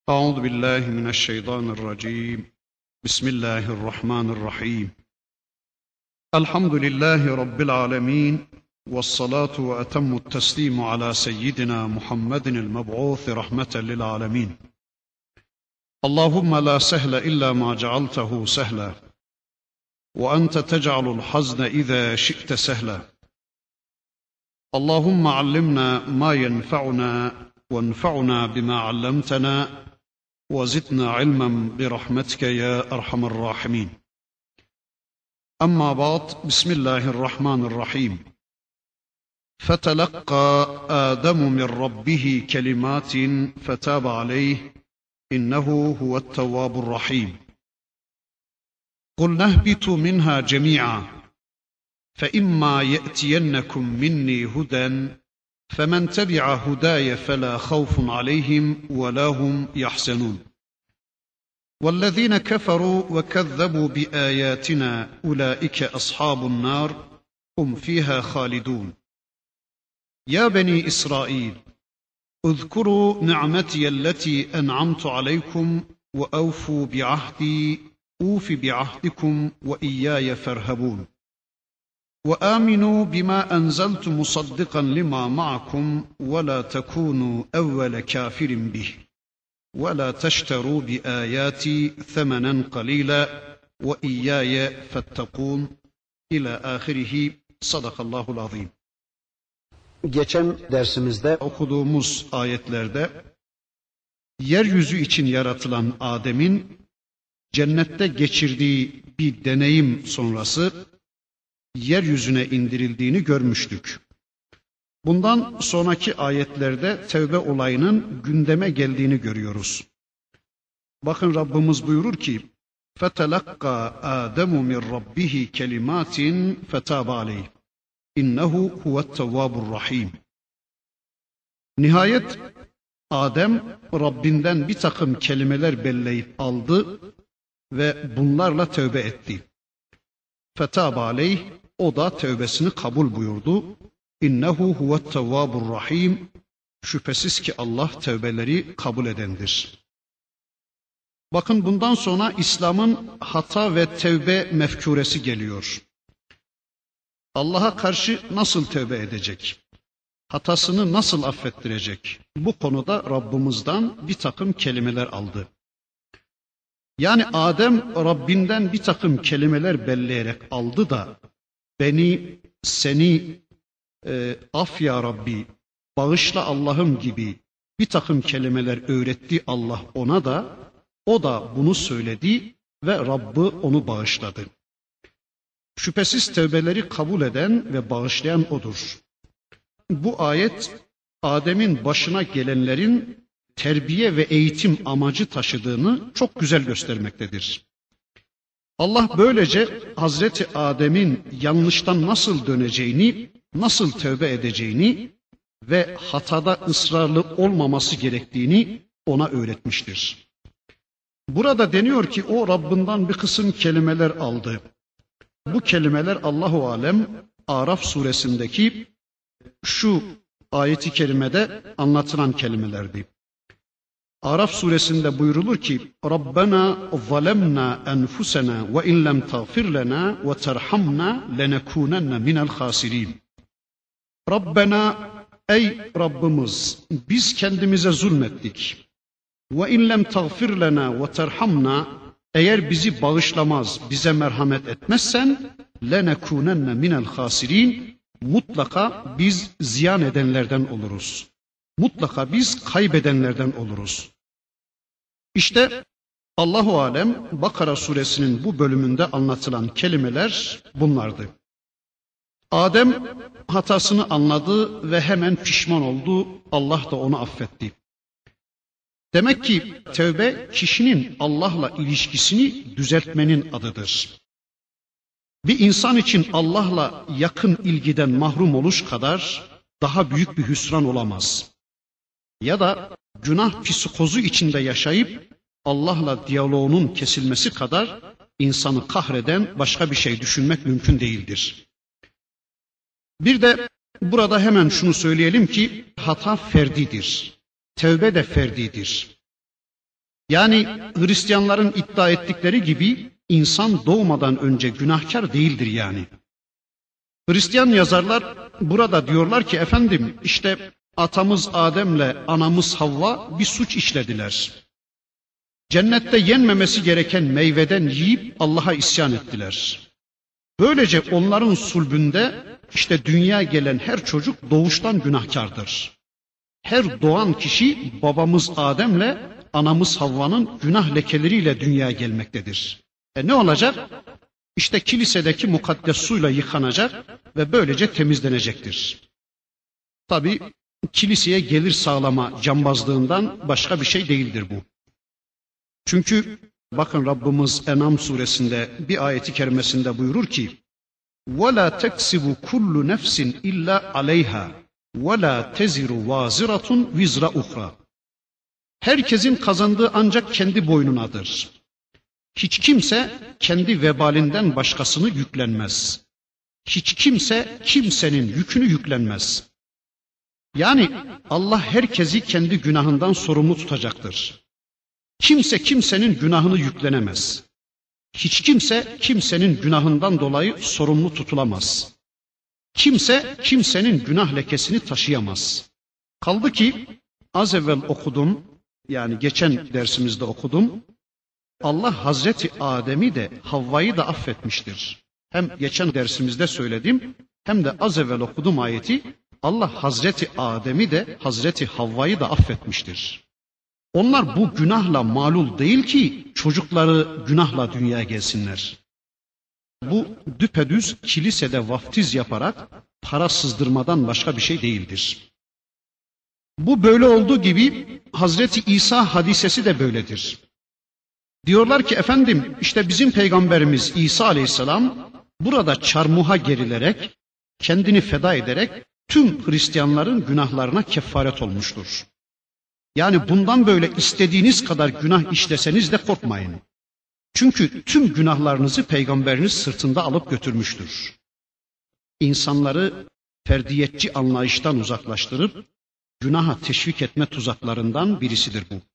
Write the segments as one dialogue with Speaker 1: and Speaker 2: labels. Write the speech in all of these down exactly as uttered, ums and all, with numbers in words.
Speaker 1: أعوذ بالله من الشيطان الرجيم. بسم الله الرحمن الرحيم. الحمد لله رب العالمين، والصلاة وأتم التسليم على سيدنا محمد المبعوث رحمة للعالمين. اللهم لا سهل إلا ما جعلته سهلا، وأنت تجعل الحزن إذا شئت سهلا. اللهم علمنا ما ينفعنا وانفعنا بما علمتنا، وزدنا علما برحمتك يا أرحم الراحمين. أما بعد، بسم الله الرحمن الرحيم. فتلقى آدم من ربه كلمات فتاب عليه إنه هو التواب الرحيم. قلنا اهبطوا منها جميعا فإما يأتينكم مني هدى فمن تبع هداي فلا خوف عليهم ولا هم يحزنون. والذين كفروا وكذبوا بآياتنا أولئك أصحاب النار هم فيها خالدون. يا بني إسرائيل اذكروا نعمتي التي أنعمت عليكم وأوفوا بعهدي أوف بعهدكم وإياي فارهبون. وآمنوا بما أنزلت مصدقا لما معكم ولا تكونوا أول كافر به ولا تشتروا بآياتي ثمنا قليلا وإياي فاتقون إلى آخره. Sadakallahul azim.
Speaker 2: Geçen dersimizde
Speaker 1: okuduğumuz ayetlerde yeryüzü için yaratılan Adem'in cennette geçirdiği bir deneyim sonrası yeryüzüne indirildiğini görmüştük. Bundan sonraki ayetlerde tevbe olayının gündeme geldiğini görüyoruz. Bakın Rabbimiz buyurur ki: فَتَلَقَّى آدَمُ مِنْ رَبِّهِ كَلِمَاتٍ فَتَابَ عَلَيْهِ إِنَّهُ هُوَ التَّوَّابُ الرَّحِيمُ. Nihayet Adem Rabbinden bir takım kelimeler belleyip aldı ve bunlarla tövbe etti. فَتَابَ عَلَيْهِ O da tövbesini kabul buyurdu. İnnehu huve't-tevvabur rahim. Şüphesiz ki Allah tövbeleri kabul edendir. Bakın bundan sonra İslam'ın hata ve tövbe mefkuresi geliyor. Allah'a karşı nasıl tövbe edecek? Hatasını nasıl affettirecek? Bu konuda Rabbimizden bir takım kelimeler aldı. Yani Adem Rabbinden bir takım kelimeler belleyerek aldı da beni, seni e, af ya Rabbi, bağışla Allah'ım gibi bir takım kelimeler öğretti Allah ona da, o da bunu söyledi ve Rabbi onu bağışladı. Şüphesiz tevbeleri kabul eden ve bağışlayan odur. Bu ayet Adem'in başına gelenlerin terbiye ve eğitim amacı taşıdığını çok güzel göstermektedir. Allah böylece Hazreti Adem'in yanlıştan nasıl döneceğini, nasıl tövbe edeceğini ve hatada ısrarlı olmaması gerektiğini ona öğretmiştir. Burada deniyor ki o Rabbinden bir kısım kelimeler aldı. Bu kelimeler Allahu alem Araf suresindeki şu ayeti kerimede anlatılan kelimelerdi. Araf suresinde buyrulur ki Rabbena zalemna enfusena ve in lem tağfir lena ve terhamna lenekunenne minel hasirin. Rabbena, ey Rabbimiz, biz kendimize zulmettik. Ve in lem tağfir lena ve terhamna, eğer bizi bağışlamaz, bize merhamet etmezsen lenekunenne minel hasirin, mutlaka biz ziyan edenlerden oluruz. Mutlaka biz kaybedenlerden oluruz. İşte Allahu alem Bakara suresinin bu bölümünde anlatılan kelimeler bunlardı. Adem hatasını anladı ve hemen pişman oldu. Allah da onu affetti. Demek ki tövbe kişinin Allah'la ilişkisini düzeltmenin adıdır. Bir insan için Allah'la yakın ilgiden mahrum oluş kadar daha büyük bir hüsran olamaz. Ya da günah psikozu içinde yaşayıp Allah'la diyaloğunun kesilmesi kadar insanı kahreden başka bir şey düşünmek mümkün değildir. Bir de burada hemen şunu söyleyelim ki hata ferdidir. Tevbe de ferdidir. Yani Hristiyanların iddia ettikleri gibi insan doğmadan önce günahkar değildir yani. Hristiyan yazarlar burada diyorlar ki efendim işte atamız Adem'le anamız Havva bir suç işlediler. Cennette yenmemesi gereken meyveden yiyip Allah'a isyan ettiler. Böylece onların sulbünde işte dünya gelen her çocuk doğuştan günahkardır. Her doğan kişi babamız Adem'le anamız Havva'nın günah lekeleriyle dünyaya gelmektedir. E ne olacak? İşte kilisedeki mukaddes suyla yıkanacak ve böylece temizlenecektir. Tabi kiliseye gelir sağlama cambazlığından başka bir şey değildir bu. Çünkü bakın Rabbimiz En'am suresinde bir ayeti kerimesinde buyurur ki وَلَا تَكْسِبُ كُلُّ نَفْسٍ إِلَّا عَلَيْهَا وَلَا تَزِرُ وَازِرَةٌ وِزْرَ اُخْرَى. Herkesin kazandığı ancak kendi boynunadır. Hiç kimse kendi vebalinden başkasını yüklenmez. Hiç kimse kimsenin yükünü yüklenmez. Yani Allah herkesi kendi günahından sorumlu tutacaktır. Kimse kimsenin günahını yüklenemez. Hiç kimse kimsenin günahından dolayı sorumlu tutulamaz. Kimse kimsenin günah lekesini taşıyamaz. Kaldı ki az evvel okudum, yani geçen dersimizde okudum. Allah Hazreti Adem'i de Havva'yı da affetmiştir. Hem geçen dersimizde söyledim hem de az evvel okudum ayeti. Allah Hazreti Adem'i de Hazreti Havva'yı da affetmiştir. Onlar bu günahla malul değil ki çocukları günahla dünyaya gelsinler. Bu düpedüz kilisede vaftiz yaparak para sızdırmadan başka bir şey değildir. Bu böyle olduğu gibi Hazreti İsa hadisesi de böyledir. Diyorlar ki efendim işte bizim peygamberimiz İsa aleyhisselam burada çarmıha gerilerek, kendini feda ederek tüm Hristiyanların günahlarına kefaret olmuştur. Yani bundan böyle istediğiniz kadar günah işleseniz de korkmayın. Çünkü tüm günahlarınızı peygamberiniz sırtında alıp götürmüştür. İnsanları ferdiyetçi anlayıştan uzaklaştırıp günaha teşvik etme tuzaklarından birisidir bu.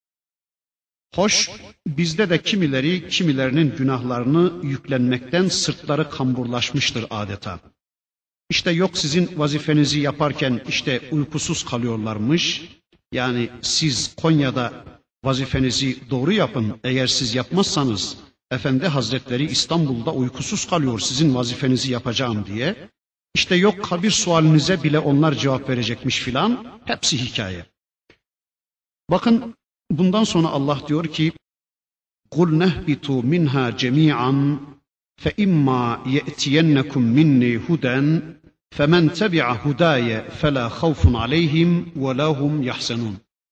Speaker 1: Hoş, bizde de kimileri kimilerinin günahlarını yüklenmekten sırtları kamburlaşmıştır adeta. İşte yok sizin vazifenizi yaparken işte uykusuz kalıyorlarmış. Yani siz Konya'da vazifenizi doğru yapın. Eğer siz yapmazsanız Efendi Hazretleri İstanbul'da uykusuz kalıyor sizin vazifenizi yapacağım diye. İşte yok kabir sualinize bile onlar cevap verecekmiş filan. Hepsi hikaye. Bakın bundan sonra Allah diyor ki قُلْ نَهْبِتُوا مِنْهَا جَمِيعًا فَإِمَّا يَأْتِيَنَّكُمْ مِنِّي هُدًى فَمَنْ تَبِعَ هُدَايَ فَلَا خَوْفٌ عَلَيْهِمْ وَلَا هُمْ يَحْزَنُونَ.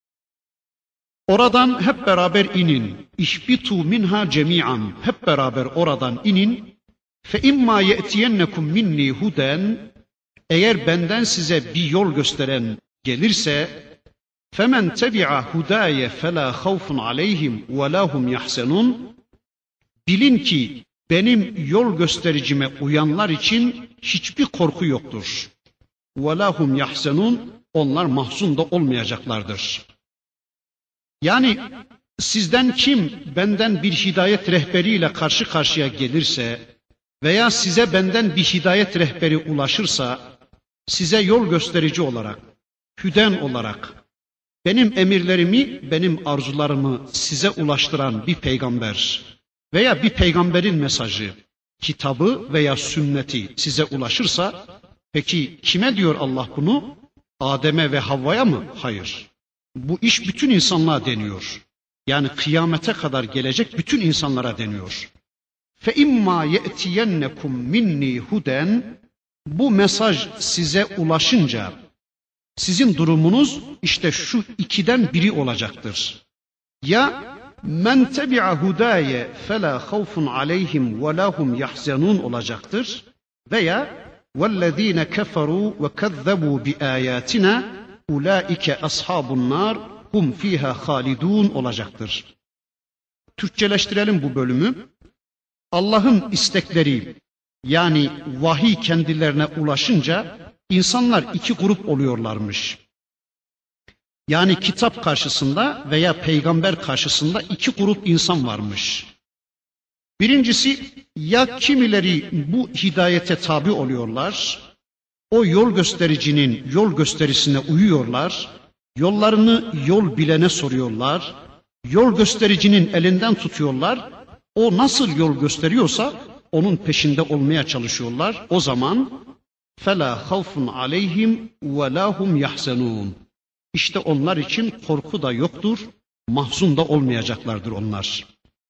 Speaker 1: Oradan hep beraber inin. İhbitu minha cemi'an. Hep beraber oradan inin. Fe imma ye'tiyennekum minni huden. Eğer benden size bir yol gösteren gelirse femen tebi'a hudaye fela havfun aleyhim ve lahum yahzenun. Bilin ki benim yol göstericime uyanlar için hiçbir korku yoktur. Ve lahum yahzenun. Onlar mahzun da olmayacaklardır. Yani sizden kim benden bir hidayet rehberiyle karşı karşıya gelirse veya size benden bir hidayet rehberi ulaşırsa, size yol gösterici olarak, hüden olarak, benim emirlerimi, benim arzularımı size ulaştıran bir peygamber veya bir peygamberin mesajı, kitabı veya sünneti size ulaşırsa, peki kime diyor Allah bunu? Adem'e ve Havva'ya mı? Hayır. Bu iş bütün insanlığa deniyor. Yani kıyamete kadar gelecek bütün insanlara deniyor. Fe imma ye'tiyennekum minni huden. Bu mesaj size ulaşınca sizin durumunuz işte şu ikiden biri olacaktır. Ya men tebi'a hudaye fela havfun aleyhim ve lahum yahzenun olacaktır veya vellezine keferu ve kezzebu bi ayatina ulaike ashabun nar hum fiha halidun olacaktır. Türkçeleştirelim bu bölümü. Allah'ın istekleri yani vahiy kendilerine ulaşınca insanlar iki grup oluyorlarmış. Yani kitap karşısında veya peygamber karşısında iki grup insan varmış. Birincisi, ya kimileri bu hidayete tabi oluyorlar, o yol göstericinin yol gösterisine uyuyorlar, yollarını yol bilene soruyorlar, yol göstericinin elinden tutuyorlar, o nasıl yol gösteriyorsa onun peşinde olmaya çalışıyorlar. O zaman فَلَا خَوْفٌ عَلَيْهِمْ وَلَا هُمْ يَحْزَنُونَ. İşte onlar için korku da yoktur, mahzun da olmayacaklardır onlar.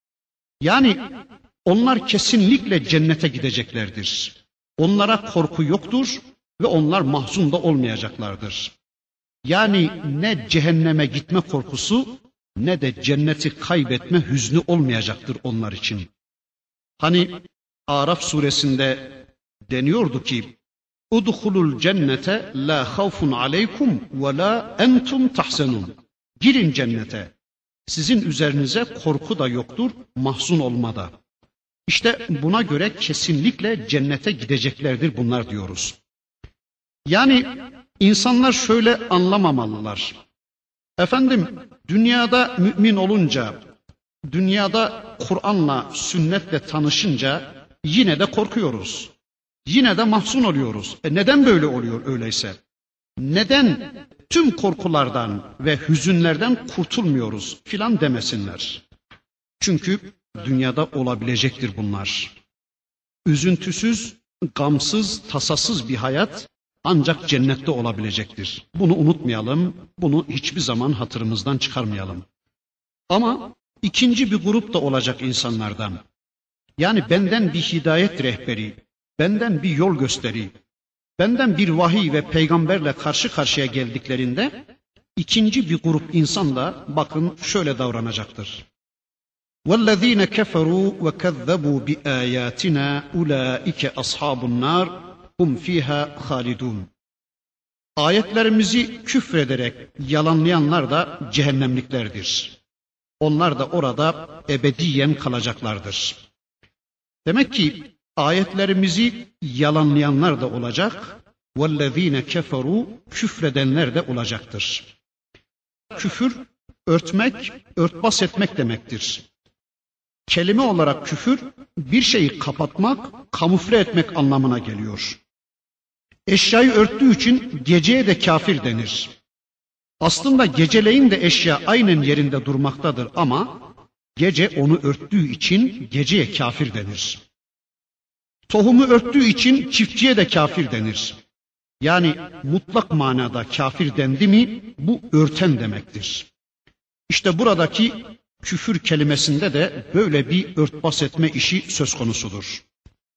Speaker 1: Yani onlar kesinlikle cennete gideceklerdir. Onlara korku yoktur ve onlar mahzun da olmayacaklardır. Yani ne cehenneme gitme korkusu ne de cenneti kaybetme hüznü olmayacaktır onlar için. Hani Araf suresinde deniyordu ki Udhulul cennete la havfun aleykum ve la entum tahzenun. Girin cennete. Sizin üzerinize korku da yoktur, mahzun olma da. İşte buna göre kesinlikle cennete gideceklerdir bunlar diyoruz. Yani insanlar şöyle anlamamalılar. Efendim, dünyada mümin olunca, dünyada Kur'an'la, sünnetle tanışınca yine de korkuyoruz. Yine de mahzun oluyoruz. E neden böyle oluyor öyleyse? Neden tüm korkulardan ve hüzünlerden kurtulmuyoruz filan demesinler. Çünkü dünyada olabilecektir bunlar. Üzüntüsüz, gamsız, tasasız bir hayat ancak cennette olabilecektir. Bunu unutmayalım, bunu hiçbir zaman hatırımızdan çıkarmayalım. Ama ikinci bir grup da olacak insanlardan. Yani benden bir hidayet rehberi, benden bir yol gösteri, benden bir vahiy ve peygamberle karşı karşıya geldiklerinde ikinci bir grup insan da bakın şöyle davranacaktır. وَالَّذ۪ينَ كَفَرُوا وَكَذَّبُوا بِآيَاتِنَا اُولَٰئِكَ أَصْحَابُ النَّارِ hum fiha halidun. Ayetlerimizi küfrederek yalanlayanlar da cehennemliklerdir. Onlar da orada ebediyen kalacaklardır. Demek ki ayetlerimizi yalanlayanlar da olacak, وَالَّذ۪ينَ كَفَرُوا küfredenler de olacaktır. Küfür, örtmek, örtbas etmek demektir. Kelime olarak küfür, bir şeyi kapatmak, kamufle etmek anlamına geliyor. Eşyayı örttüğü için geceye de kafir denir. Aslında geceleyin de eşya aynen yerinde durmaktadır ama gece onu örttüğü için geceye kafir denir. Tohumu örttüğü için çiftçiye de kafir denir. Yani mutlak manada kafir dendi mi bu örten demektir. İşte buradaki küfür kelimesinde de böyle bir örtbas etme işi söz konusudur.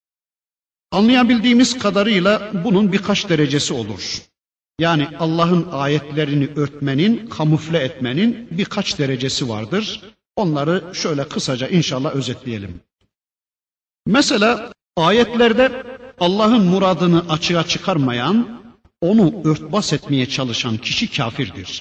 Speaker 1: Anlayabildiğimiz kadarıyla bunun birkaç derecesi olur. Yani Allah'ın ayetlerini örtmenin, kamufle etmenin birkaç derecesi vardır. Onları şöyle kısaca inşallah özetleyelim. Mesela ayetlerde Allah'ın muradını açığa çıkarmayan, onu örtbas etmeye çalışan kişi kafirdir.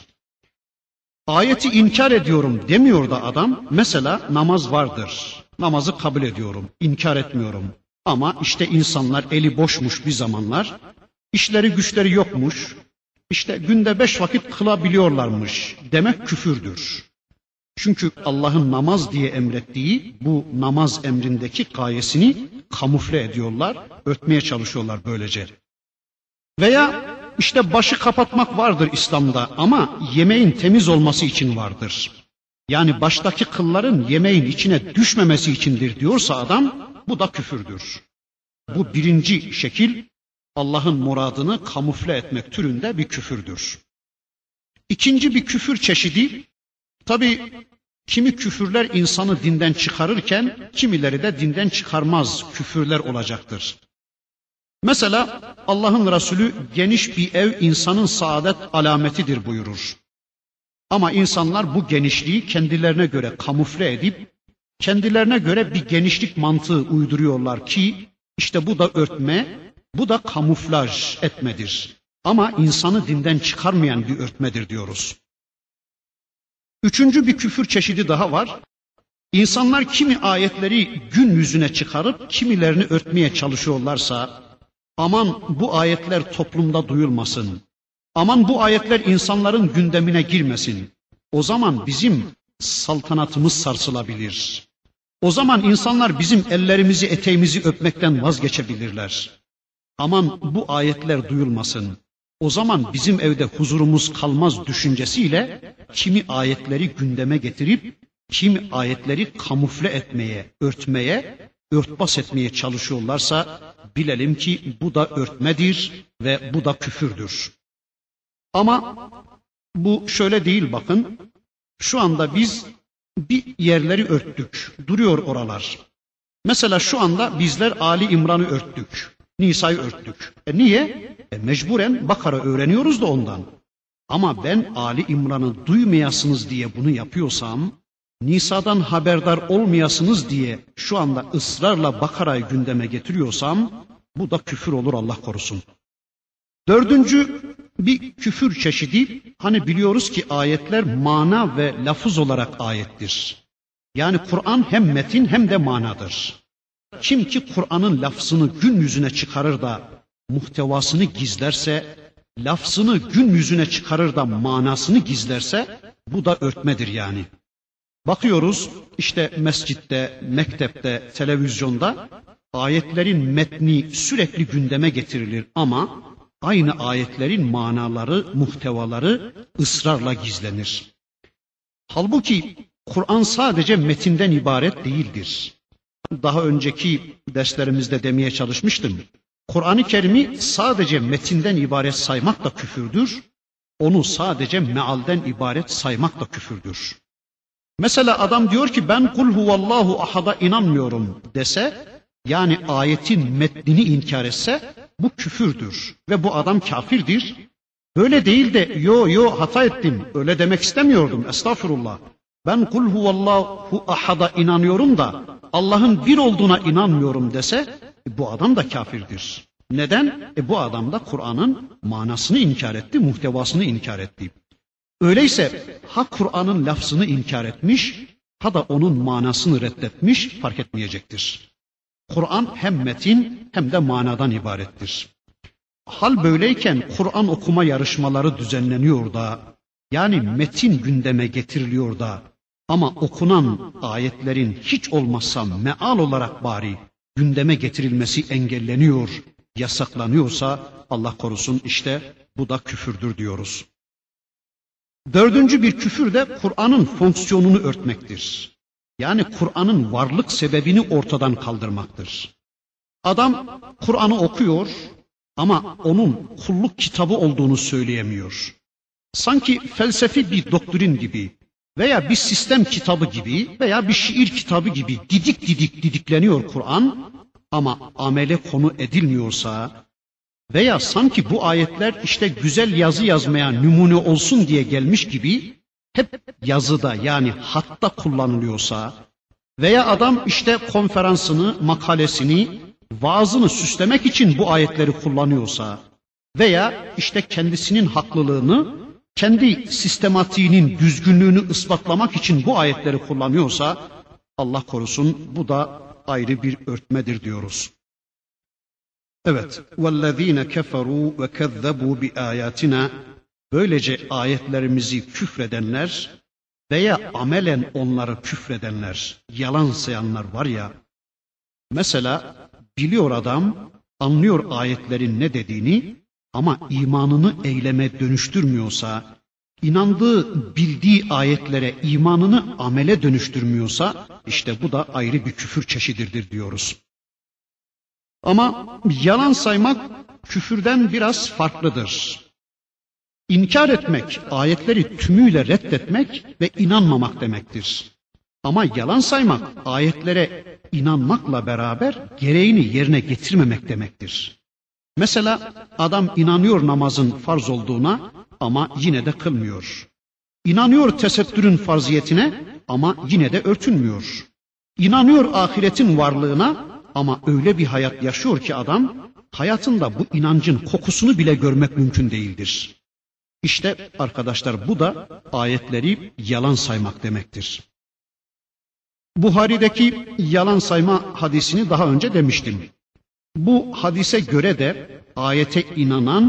Speaker 1: Ayeti inkar ediyorum demiyor da adam, mesela namaz vardır, namazı kabul ediyorum, inkar etmiyorum. Ama işte insanlar eli boşmuş bir zamanlar, işleri güçleri yokmuş, işte günde beş vakit kılabiliyorlarmış demek küfürdür. Çünkü Allah'ın namaz diye emrettiği bu namaz emrindeki gayesini kamufle ediyorlar, örtmeye çalışıyorlar böylece. Veya işte başı kapatmak vardır İslam'da ama yemeğin temiz olması için vardır. Yani baştaki kılların yemeğin içine düşmemesi içindir diyorsa adam, bu da küfürdür. Bu birinci şekil Allah'ın muradını kamufle etmek türünde bir küfürdür. İkinci bir küfür çeşidi, tabi kimi küfürler insanı dinden çıkarırken kimileri de dinden çıkarmaz küfürler olacaktır. Mesela Allah'ın Resulü geniş bir ev insanın saadet alametidir buyurur. Ama insanlar bu genişliği kendilerine göre kamufle edip kendilerine göre bir genişlik mantığı uyduruyorlar ki işte bu da örtme, bu da kamuflaj etmedir. Ama insanı dinden çıkarmayan bir örtmedir diyoruz. Üçüncü bir küfür çeşidi daha var. İnsanlar kimi ayetleri gün yüzüne çıkarıp kimilerini örtmeye çalışıyorlarsa, aman bu ayetler toplumda duyulmasın, Aman bu ayetler insanların gündemine girmesin. O zaman bizim saltanatımız sarsılabilir. O zaman insanlar bizim ellerimizi, eteğimizi öpmekten vazgeçebilirler. Aman bu ayetler duyulmasın. O zaman bizim evde huzurumuz kalmaz düşüncesiyle kimi ayetleri gündeme getirip kimi ayetleri kamufle etmeye, örtmeye, örtbas etmeye çalışıyorlarsa bilelim ki bu da örtmedir ve bu da küfürdür. Ama bu şöyle değil bakın. Şu anda biz bir yerleri örttük. Duruyor oralar. Mesela şu anda bizler Ali İmran'ı örttük. Nisa'yı örttük. E niye? E mecburen Bakara öğreniyoruz da ondan. Ama ben Ali İmran'ı duymayasınız diye bunu yapıyorsam, Nisa'dan haberdar olmayasınız diye şu anda ısrarla Bakara'yı gündeme getiriyorsam, bu da küfür olur Allah korusun. Dördüncü bir küfür çeşidi, hani biliyoruz ki ayetler mana ve lafız olarak ayettir. Yani Kur'an hem metin hem de manadır. Kim ki Kur'an'ın lafzını gün yüzüne çıkarır da muhtevasını gizlerse, lafzını gün yüzüne çıkarır da manasını gizlerse, bu da örtmedir yani. Bakıyoruz işte mescitte, mektepte, televizyonda ayetlerin metni sürekli gündeme getirilir ama aynı ayetlerin manaları, muhtevaları ısrarla gizlenir. Halbuki Kur'an sadece metinden ibaret değildir. Daha önceki derslerimizde demeye çalışmıştım. Kur'an-ı Kerim'i sadece metinden ibaret saymak da küfürdür. Onu sadece mealden ibaret saymak da küfürdür. Mesela adam diyor ki ben kul huvallahu ahada inanmıyorum dese, yani ayetin metnini inkar etse bu küfürdür ve bu adam kafirdir. Böyle değil de yo yo hata ettim öyle demek istemiyordum estağfurullah. Ben kul huvallahu ahada inanıyorum da Allah'ın bir olduğuna inanmıyorum dese e, bu adam da kafirdir. Neden? E, bu adam da Kur'an'ın manasını inkar etti, muhtevasını inkar etti. Öyleyse ha Kur'an'ın lafzını inkar etmiş, ha da onun manasını reddetmiş fark etmeyecektir. Kur'an hem metin hem de manadan ibarettir. Hal böyleyken Kur'an okuma yarışmaları düzenleniyor da, yani metin gündeme getiriliyor da, ama okunan ayetlerin hiç olmazsa meal olarak bari gündeme getirilmesi engelleniyor, yasaklanıyorsa Allah korusun işte bu da küfürdür diyoruz. Dördüncü bir küfür de Kur'an'ın fonksiyonunu örtmektir. Yani Kur'an'ın varlık sebebini ortadan kaldırmaktır. Adam Kur'an'ı okuyor ama onun kulluk kitabı olduğunu söyleyemiyor. Sanki felsefi bir doktrin gibi veya bir sistem kitabı gibi veya bir şiir kitabı gibi didik didik didikleniyor Kur'an ama amele konu edilmiyorsa veya sanki bu ayetler işte güzel yazı yazmaya numune olsun diye gelmiş gibi hep yazıda yani hatta kullanılıyorsa veya adam işte konferansını, makalesini, vaazını süslemek için bu ayetleri kullanıyorsa veya işte kendisinin haklılığını, kendi sistematiğinin düzgünlüğünü ispatlamak için bu ayetleri kullanıyorsa Allah korusun bu da ayrı bir örtmedir diyoruz. Evet, وَالَّذ۪ينَ كَفَرُوا وَكَذَّبُوا بِآيَاتِنَا böylece ayetlerimizi küfredenler veya amelen onları küfredenler, yalan sayanlar var ya, mesela biliyor adam, anlıyor ayetlerin ne dediğini ama imanını eyleme dönüştürmüyorsa, inandığı, bildiği ayetlere imanını amele dönüştürmüyorsa, işte bu da ayrı bir küfür çeşididir diyoruz. Ama yalan saymak küfürden biraz farklıdır. İnkar etmek, ayetleri tümüyle reddetmek ve inanmamak demektir. Ama yalan saymak, ayetlere inanmakla beraber gereğini yerine getirmemek demektir. Mesela adam inanıyor namazın farz olduğuna ama yine de kılmıyor. İnanıyor tesettürün farziyetine ama yine de örtünmüyor. İnanıyor ahiretin varlığına ama öyle bir hayat yaşıyor ki adam, hayatında bu inancın kokusunu bile görmek mümkün değildir. İşte arkadaşlar bu da ayetleri yalan saymak demektir. Buhari'deki yalan sayma hadisini daha önce demiştim. Bu hadise göre de ayete inanan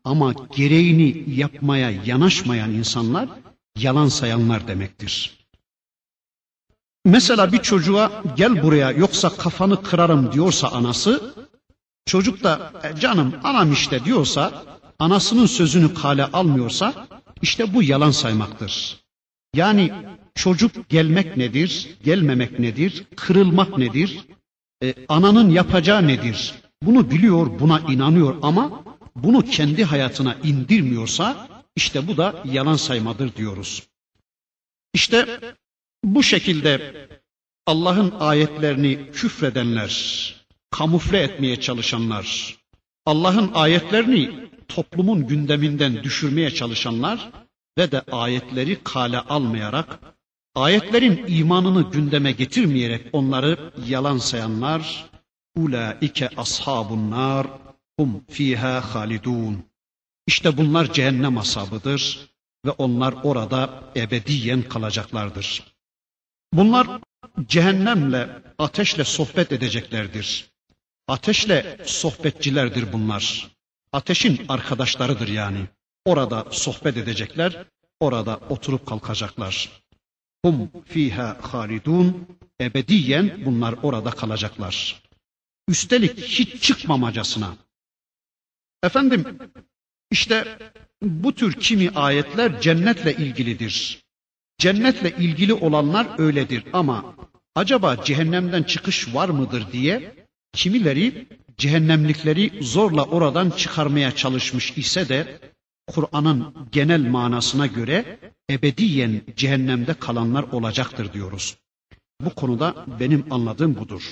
Speaker 1: ama gereğini yapmaya yanaşmayan insanlar yalan sayanlar demektir. Mesela bir çocuğa gel buraya yoksa kafanı kırarım diyorsa anası, çocuk da e canım anam işte diyorsa, anasının sözünü kale almıyorsa işte bu yalan saymaktır. Yani çocuk gelmek nedir, gelmemek nedir, kırılmak nedir, e, ananın yapacağı nedir? Bunu biliyor, buna inanıyor ama bunu kendi hayatına indirmiyorsa işte bu da yalan saymadır diyoruz. İşte bu şekilde Allah'ın ayetlerini küfredenler, kamufle etmeye çalışanlar, Allah'ın ayetlerini toplumun gündeminden düşürmeye çalışanlar ve de ayetleri kale almayarak, ayetlerin imanını gündeme getirmeyerek onları yalan sayanlar, ulaike ashabun nar hum fiha halidun. İşte bunlar cehennem ashabıdır ve onlar orada ebediyen kalacaklardır. Bunlar cehennemle, ateşle sohbet edeceklerdir. Ateşle sohbetçilerdir bunlar. Ateşin arkadaşlarıdır yani. Orada sohbet edecekler, orada oturup kalkacaklar. Hum fiha halidun, ebediyen bunlar orada kalacaklar. Üstelik hiç çıkmamacasına. Efendim, işte bu tür kimi ayetler cennetle ilgilidir. Cennetle ilgili olanlar öyledir ama acaba cehennemden çıkış var mıdır diye kimileri cehennemlikleri zorla oradan çıkarmaya çalışmış ise de Kur'an'ın genel manasına göre ebediyen cehennemde kalanlar olacaktır diyoruz. Bu konuda benim anladığım budur.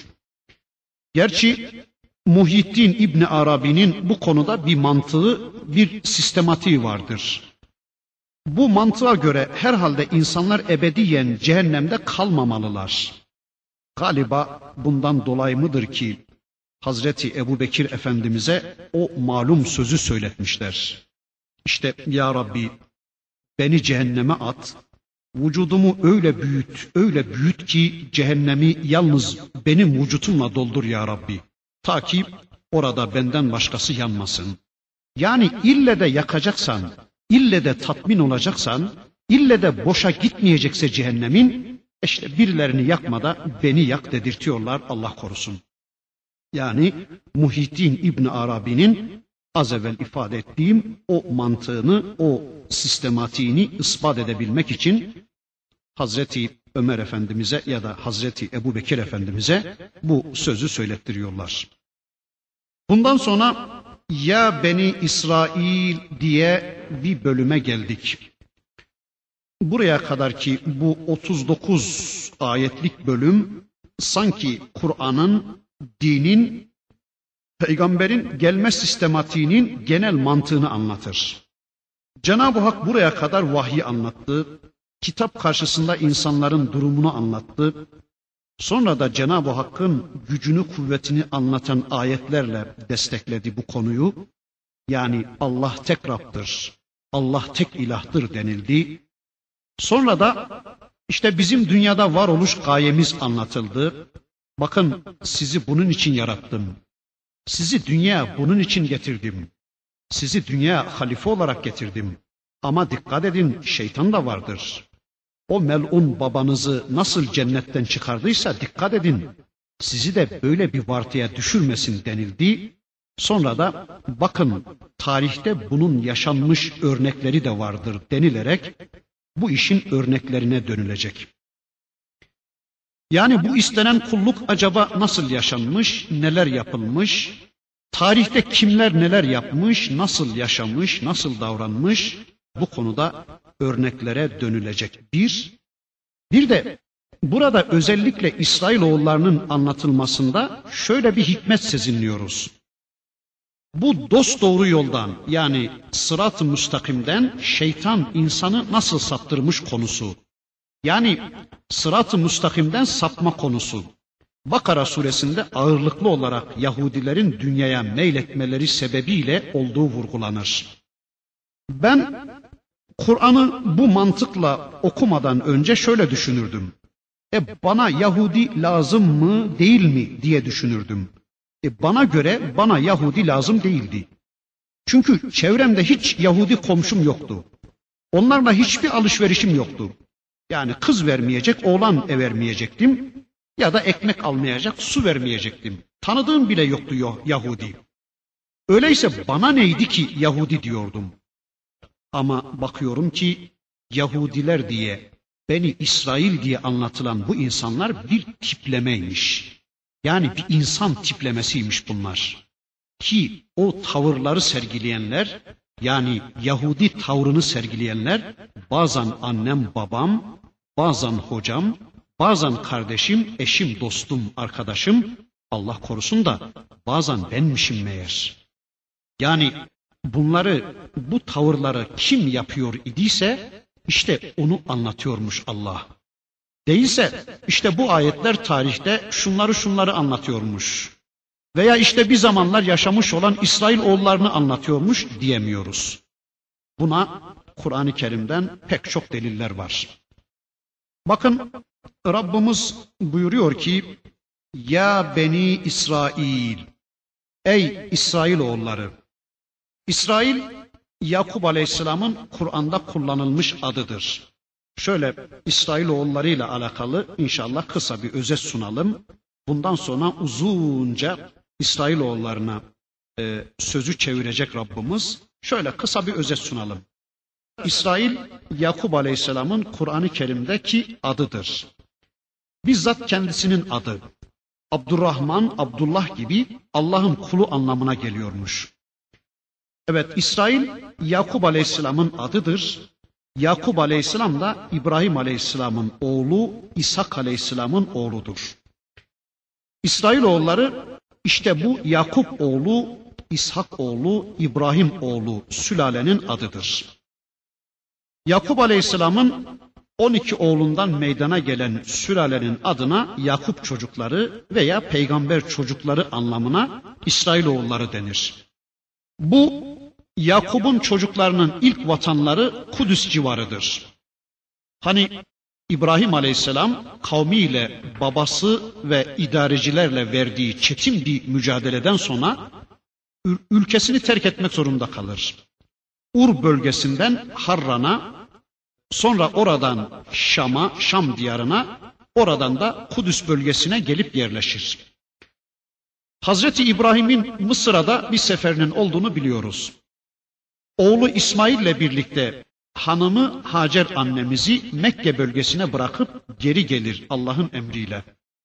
Speaker 1: Gerçi Muhyiddin İbni Arabi'nin bu konuda bir mantığı, bir sistematiği vardır. Bu mantığa göre herhalde insanlar ebediyen cehennemde kalmamalılar. Galiba bundan dolayı mıdır ki Hazreti Ebubekir Efendimiz'e o malum sözü söyletmişler. İşte ya Rabbi beni cehenneme at, vücudumu öyle büyüt, öyle büyüt ki cehennemi yalnız benim vücutumla doldur ya Rabbi. Ta ki orada benden başkası yanmasın. Yani ille de yakacaksan, ille de tatmin olacaksan, ille de boşa gitmeyecekse cehennemin, işte birilerini yakma da beni yak dedirtiyorlar, Allah korusun. Yani Muhyiddin İbni Arabi'nin az evvel ifade ettiğim o mantığını, o sistematiğini ispat edebilmek için Hazreti Ömer Efendimiz'e ya da Hazreti Ebubekir Efendimiz'e bu sözü söylettiriyorlar. Bundan sonra ya Beni İsrail diye bir bölüme geldik. Buraya kadar ki bu otuz dokuz ayetlik bölüm sanki Kur'an'ın, dinin, peygamberin gelme sistematiğinin genel mantığını anlatır. Cenab-ı Hak buraya kadar vahyi anlattı, kitap karşısında insanların durumunu anlattı. Sonra da Cenab-ı Hakk'ın gücünü, kuvvetini anlatan ayetlerle destekledi bu konuyu. Yani Allah tek Rabb'dir, Allah tek ilahtır denildi. Sonra da işte bizim dünyada varoluş gayemiz anlatıldı. Bakın sizi bunun için yarattım. Sizi dünyaya bunun için getirdim. Sizi dünyaya halife olarak getirdim. Ama dikkat edin, şeytan da vardır. O melun babanızı nasıl cennetten çıkardıysa dikkat edin, sizi de böyle bir vartıya düşürmesin denildi. Sonra da bakın tarihte bunun yaşanmış örnekleri de vardır denilerek bu işin örneklerine dönülecek. Yani bu istenen kulluk acaba nasıl yaşanmış, neler yapılmış, tarihte kimler neler yapmış, nasıl yaşamış, nasıl davranmış, bu konuda örneklere dönülecek. Bir, bir de burada özellikle İsrailoğullarının anlatılmasında şöyle bir hikmet sezinliyoruz. Bu dosdoğru yoldan yani sırat-ı müstakimden şeytan insanı nasıl saptırmış konusu. Yani sırat-ı müstakimden sapma konusu. Bakara suresinde ağırlıklı olarak Yahudilerin dünyaya meyletmeleri sebebiyle olduğu vurgulanır. Ben Kur'an'ı bu mantıkla okumadan önce şöyle düşünürdüm. E bana Yahudi lazım mı değil mi diye düşünürdüm. E bana göre bana Yahudi lazım değildi. Çünkü çevremde hiç Yahudi komşum yoktu. Onlarla hiçbir alışverişim yoktu. Yani kız vermeyecek, oğlan vermeyecektim ya da ekmek almayacak, su vermeyecektim. Tanıdığım bile yoktu Yahudi. Öyleyse bana neydi ki Yahudi diyordum. Ama bakıyorum ki Yahudiler diye, Beni İsrail diye anlatılan bu insanlar bir tiplemeymiş. Yani bir insan tiplemesiymiş bunlar. Ki o tavırları sergileyenler, yani Yahudi tavrını sergileyenler, bazen annem babam, bazen hocam, bazen kardeşim, eşim, dostum, arkadaşım, Allah korusun da bazen benmişim meğer. Yani bunları, bu tavırları kim yapıyor idiyse işte onu anlatıyormuş Allah. Değilse işte bu ayetler tarihte şunları şunları anlatıyormuş. Veya işte bir zamanlar yaşamış olan İsrail oğullarını anlatıyormuş diyemiyoruz. Buna Kur'an-ı Kerim'den pek çok deliller var. Bakın Rabbimiz buyuruyor ki, Ya Beni İsrail, ey İsrail oğulları. İsrail, Yakup Aleyhisselam'ın Kur'an'da kullanılmış adıdır. Şöyle İsrail oğullarıyla alakalı inşallah kısa bir özet sunalım. Bundan sonra uzunca İsrail oğullarına e, sözü çevirecek Rabbimiz. Şöyle kısa bir özet sunalım. İsrail, Yakup Aleyhisselam'ın Kur'an-ı Kerim'deki adıdır. Bizzat kendisinin adı. Abdurrahman, Abdullah gibi Allah'ın kulu anlamına geliyormuş. Evet, İsrail, Yakup Aleyhisselam'ın adıdır. Yakup Aleyhisselam da İbrahim Aleyhisselam'ın oğlu, İshak Aleyhisselam'ın oğludur. İsrail oğulları işte bu Yakup oğlu, İshak oğlu, İbrahim oğlu sülalenin adıdır. Yakup Aleyhisselam'ın on iki oğlundan meydana gelen sülalenin adına Yakup çocukları veya peygamber çocukları anlamına İsrailoğulları denir. Bu Yakup'un çocuklarının ilk vatanları Kudüs civarıdır. Hani İbrahim Aleyhisselam kavmiyle, babası ve idarecilerle verdiği çetin bir mücadeleden sonra ülkesini terk etmek zorunda kalır. Ur bölgesinden Harran'a, sonra oradan Şam'a, Şam diyarına, oradan da Kudüs bölgesine gelip yerleşir. Hazreti İbrahim'in Mısır'a da bir seferinin olduğunu biliyoruz. Oğlu İsmail ile birlikte hanımı Hacer annemizi Mekke bölgesine bırakıp geri gelir Allah'ın emriyle.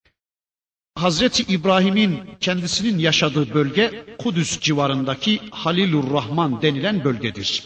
Speaker 1: Hazreti İbrahim'in kendisinin yaşadığı bölge Kudüs civarındaki Halilurrahman denilen bölgedir.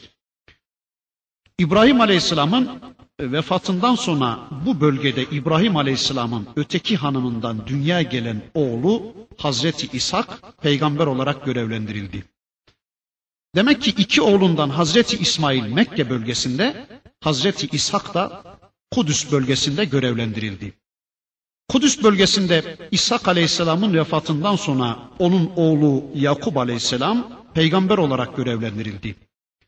Speaker 1: İbrahim Aleyhisselam'ın vefatından sonra bu bölgede İbrahim Aleyhisselam'ın öteki hanımından dünyaya gelen oğlu Hazreti İshak peygamber olarak görevlendirildi. Demek ki iki oğlundan Hazreti İsmail Mekke bölgesinde, Hazreti İshak da Kudüs bölgesinde görevlendirildi. Kudüs bölgesinde İshak Aleyhisselam'ın vefatından sonra onun oğlu Yakup Aleyhisselam peygamber olarak görevlendirildi.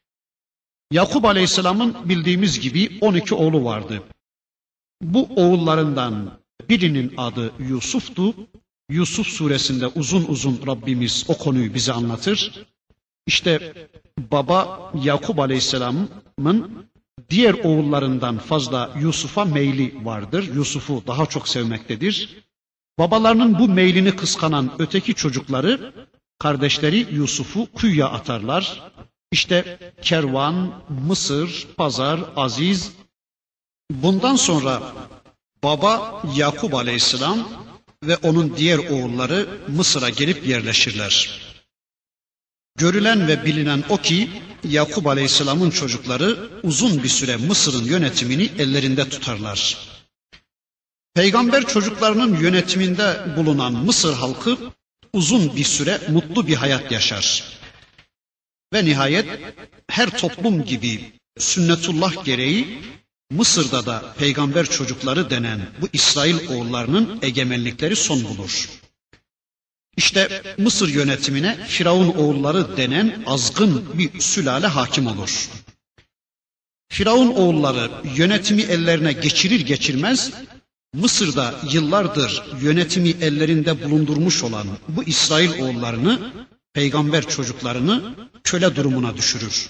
Speaker 1: Yakup Aleyhisselam'ın bildiğimiz gibi on iki oğlu vardı. Bu oğullarından birinin adı Yusuf'tu. Yusuf suresinde uzun uzun Rabbimiz o konuyu bize anlatır. İşte baba Yakup Aleyhisselam'ın diğer oğullarından fazla Yusuf'a meyli vardır. Yusuf'u daha çok sevmektedir. Babalarının bu meylini kıskanan öteki çocukları, kardeşleri Yusuf'u kuyuya atarlar. İşte kervan, Mısır, pazar, aziz. Bundan sonra baba Yakup Aleyhisselam ve onun diğer oğulları Mısır'a gelip yerleşirler. Görülen ve bilinen o ki Yakup Aleyhisselam'ın çocukları uzun bir süre Mısır'ın yönetimini ellerinde tutarlar. Peygamber çocuklarının yönetiminde bulunan Mısır halkı uzun bir süre mutlu bir hayat yaşar. Ve nihayet her toplum gibi sünnetullah gereği Mısır'da da peygamber çocukları denen bu İsrail oğullarının egemenlikleri son bulur. İşte Mısır yönetimine Firavun oğulları denen azgın bir sülale hakim olur. Firavun oğulları yönetimi ellerine geçirir geçirmez, Mısır'da yıllardır yönetimi ellerinde bulundurmuş olan bu İsrail oğullarını peygamber çocuklarını köle durumuna düşürür.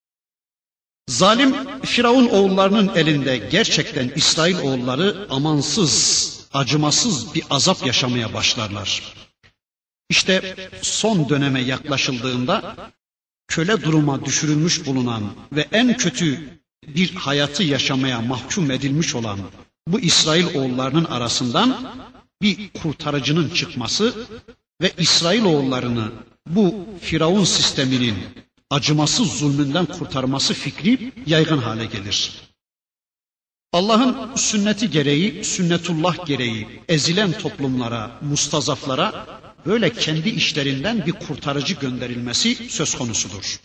Speaker 1: Zalim Firavun oğullarının elinde gerçekten İsrail oğulları amansız, acımasız bir azap yaşamaya başlarlar. İşte son döneme yaklaşıldığında köle duruma düşürülmüş bulunan ve en kötü bir hayatı yaşamaya mahkum edilmiş olan bu İsrail oğullarının arasından bir kurtarıcının çıkması ve İsrail oğullarını bu Firavun sisteminin acımasız zulmünden kurtarması fikri yaygın hale gelir. Allah'ın sünneti gereği, sünnetullah gereği ezilen toplumlara, mustazaflara böyle kendi işlerinden bir kurtarıcı gönderilmesi söz konusudur.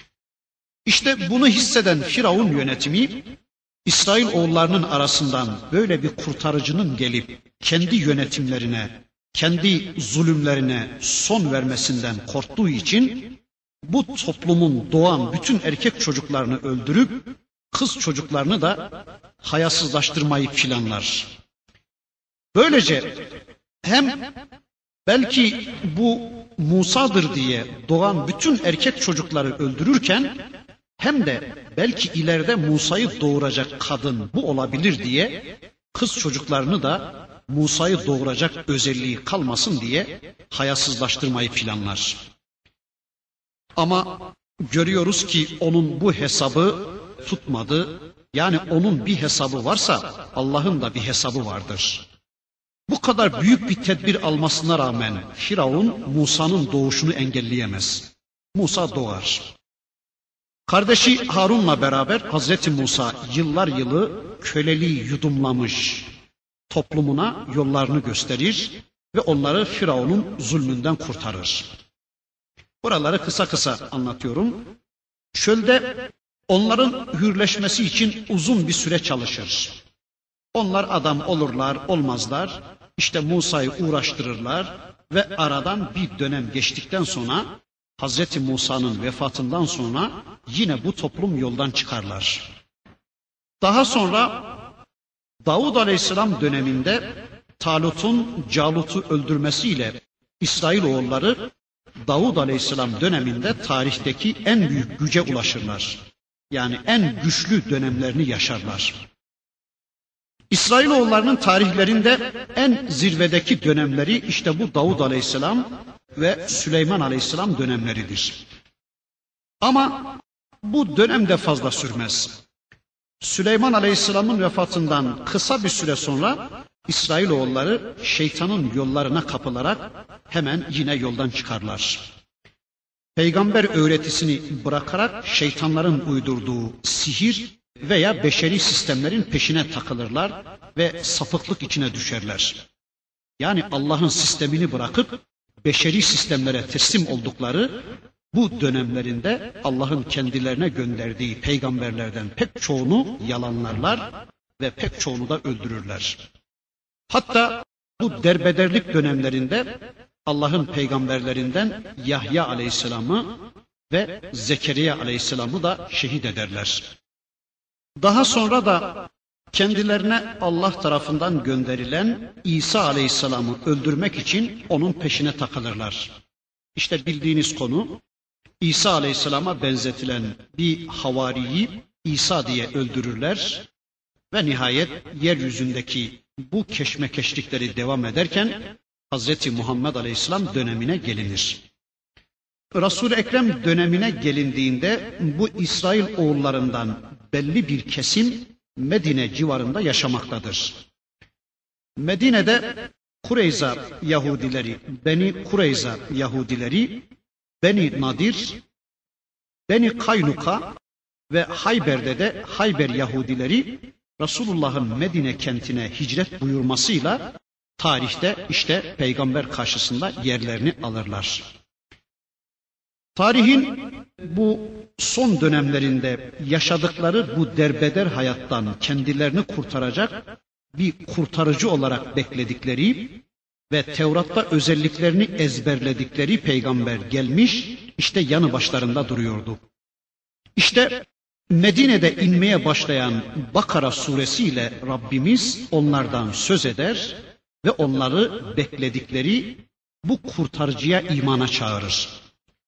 Speaker 1: İşte bunu hisseden Firavun yönetimi, İsrail oğullarının arasından böyle bir kurtarıcının gelip kendi yönetimlerine, kendi zulümlerine son vermesinden korktuğu için bu toplumun doğan bütün erkek çocuklarını öldürüp kız çocuklarını da hayasızlaştırmayı planlar. Böylece hem belki bu Musa'dır diye doğan bütün erkek çocukları öldürürken hem de belki ileride Musa'yı doğuracak kadın bu olabilir diye kız çocuklarını da Musa'yı doğuracak özelliği kalmasın diye hayasızlaştırmayı planlar. Ama görüyoruz ki onun bu hesabı tutmadı. Yani onun bir hesabı varsa Allah'ın da bir hesabı vardır. Bu kadar büyük bir tedbir almasına rağmen Firavun Musa'nın doğuşunu engelleyemez. Musa doğar. Kardeşi Harun'la beraber Hazreti Musa yıllar yılı köleliği yudumlamış toplumuna yollarını gösterir ve onları Firavun'un zulmünden kurtarır. Buraları kısa kısa anlatıyorum. Çölde onların hürleşmesi için uzun bir süre çalışır. Onlar adam olurlar, olmazlar. İşte Musa'yı uğraştırırlar ve aradan bir dönem geçtikten sonra Hazreti Musa'nın vefatından sonra yine bu toplum yoldan çıkarlar. Daha sonra Davud Aleyhisselam döneminde Talut'un Calut'u öldürmesiyle İsrailoğulları Davud Aleyhisselam döneminde tarihteki en büyük güce ulaşırlar. Yani en güçlü dönemlerini yaşarlar. İsrailoğullarının tarihlerinde en zirvedeki dönemleri işte bu Davud Aleyhisselam ve Süleyman Aleyhisselam dönemleridir. Ama bu dönem de fazla sürmez. Süleyman Aleyhisselam'ın vefatından kısa bir süre sonra İsrailoğulları şeytanın yollarına kapılarak hemen yine yoldan çıkarlar. Peygamber öğretisini bırakarak şeytanların uydurduğu sihir veya beşeri sistemlerin peşine takılırlar ve sapıklık içine düşerler. Yani Allah'ın sistemini bırakıp beşeri sistemlere teslim oldukları bu dönemlerinde Allah'ın kendilerine gönderdiği peygamberlerden pek çoğunu yalanlarlar ve pek çoğunu da öldürürler. Hatta bu derbederlik dönemlerinde Allah'ın peygamberlerinden Yahya Aleyhisselam'ı ve Zekeriya Aleyhisselam'ı da şehit ederler. Daha sonra da kendilerine Allah tarafından gönderilen İsa Aleyhisselam'ı öldürmek için onun peşine takılırlar. İşte bildiğiniz konu, İsa Aleyhisselam'a benzetilen bir havariyi İsa diye öldürürler ve nihayet yeryüzündeki bu keşmekeşlikleri devam ederken Hazreti Muhammed Aleyhisselam dönemine gelinir. Resul-i Ekrem dönemine gelindiğinde bu İsrail oğullarından belli bir kesim Medine civarında yaşamaktadır. Medine'de Kureyza Yahudileri, Beni Kureyza Yahudileri, Beni Nadir, Beni Kaynuka ve Hayber'de de Hayber Yahudileri Resulullah'ın Medine kentine hicret buyurmasıyla tarihte işte peygamber karşısında yerlerini alırlar. Tarihin bu son dönemlerinde yaşadıkları bu derbeder hayattan kendilerini kurtaracak bir kurtarıcı olarak bekledikleri ve Tevrat'ta özelliklerini ezberledikleri peygamber gelmiş, işte yanı başlarında duruyordu. İşte Medine'de inmeye başlayan Bakara suresiyle Rabbimiz onlardan söz eder ve onları bekledikleri bu kurtarıcıya imana çağırır.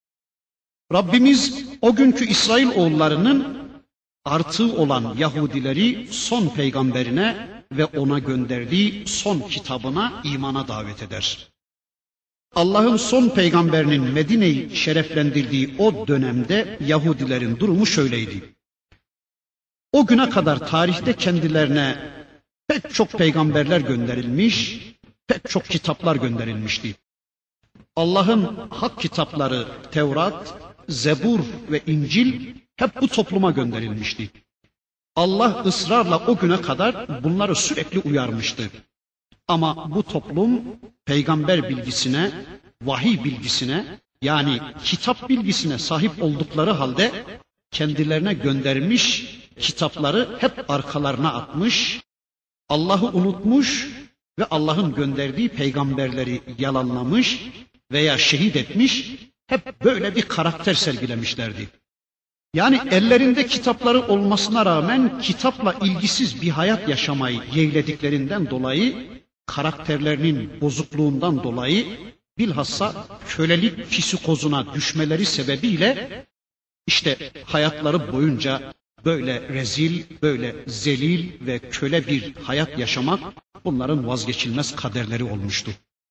Speaker 1: Rabbimiz o günkü İsrail oğullarının artığı olan Yahudileri son peygamberine ve ona gönderdiği son kitabına imana davet eder. Allah'ın son peygamberinin Medine'yi şereflendirdiği o dönemde Yahudilerin durumu şöyleydi. O güne kadar tarihte kendilerine pek çok peygamberler gönderilmiş, pek çok kitaplar gönderilmişti. Allah'ın hak kitapları Tevrat, Zebur ve İncil hep bu topluma gönderilmişti. Allah ısrarla o güne kadar bunları sürekli uyarmıştı. Ama bu toplum peygamber bilgisine, vahiy bilgisine yani kitap bilgisine sahip oldukları halde kendilerine göndermiş kitapları hep arkalarına atmış, Allah'ı unutmuş ve Allah'ın gönderdiği peygamberleri yalanlamış veya şehit etmiş, hep böyle bir karakter sergilemişlerdi. Yani ellerinde kitapları olmasına rağmen kitapla ilgisiz bir hayat yaşamayı yeğlediklerinden dolayı, karakterlerinin bozukluğundan dolayı, bilhassa kölelik psikozuna düşmeleri sebebiyle işte hayatları boyunca böyle rezil, böyle zelil ve köle bir hayat yaşamak bunların vazgeçilmez kaderleri olmuştu.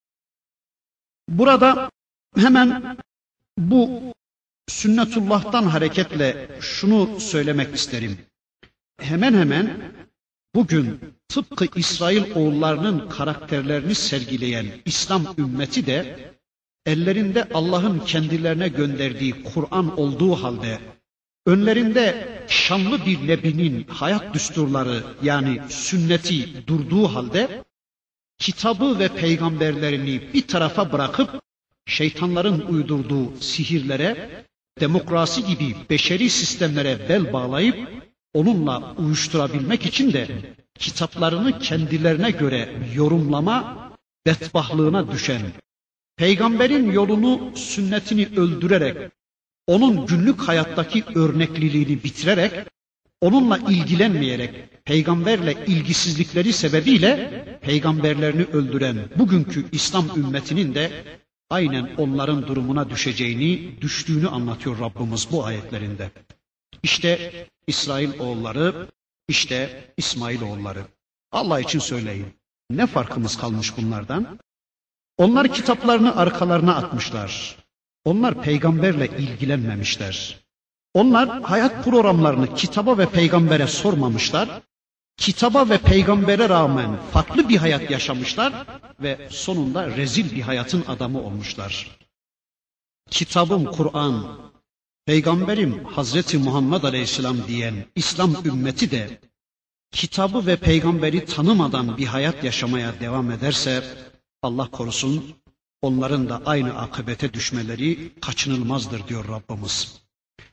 Speaker 1: Burada hemen bu sünnetullah'tan hareketle şunu söylemek isterim. Hemen hemen bugün tıpkı İsrail oğullarının karakterlerini sergileyen İslam ümmeti de ellerinde Allah'ın kendilerine gönderdiği Kur'an olduğu halde önlerinde şanlı bir nebinin hayat düsturları yani sünneti durduğu halde kitabı ve peygamberlerini bir tarafa bırakıp şeytanların uydurduğu sihirlere, demokrasi gibi beşeri sistemlere bel bağlayıp onunla uyuşturabilmek için de kitaplarını kendilerine göre yorumlama bedbahlığına düşen, peygamberin yolunu, sünnetini öldürerek, onun günlük hayattaki örnekliliğini bitirerek, onunla ilgilenmeyerek, peygamberle ilgisizlikleri sebebiyle peygamberlerini öldüren bugünkü İslam ümmetinin de aynen onların durumuna düşeceğini, düştüğünü anlatıyor Rabbimiz bu ayetlerinde. İşte İsrail oğulları, işte İsmail oğulları. Allah için söyleyin. Ne farkımız kalmış bunlardan? Onlar kitaplarını arkalarına atmışlar. Onlar peygamberle ilgilenmemişler. Onlar hayat programlarını kitaba ve peygambere sormamışlar. Kitaba ve peygambere rağmen farklı bir hayat yaşamışlar ve sonunda rezil bir hayatın adamı olmuşlar. Kitabım Kur'an, peygamberim Hazreti Muhammed Aleyhisselam diyen İslam ümmeti de kitabı ve peygamberi tanımadan bir hayat yaşamaya devam ederse Allah korusun onların da aynı akıbete düşmeleri kaçınılmazdır diyor Rabbimiz.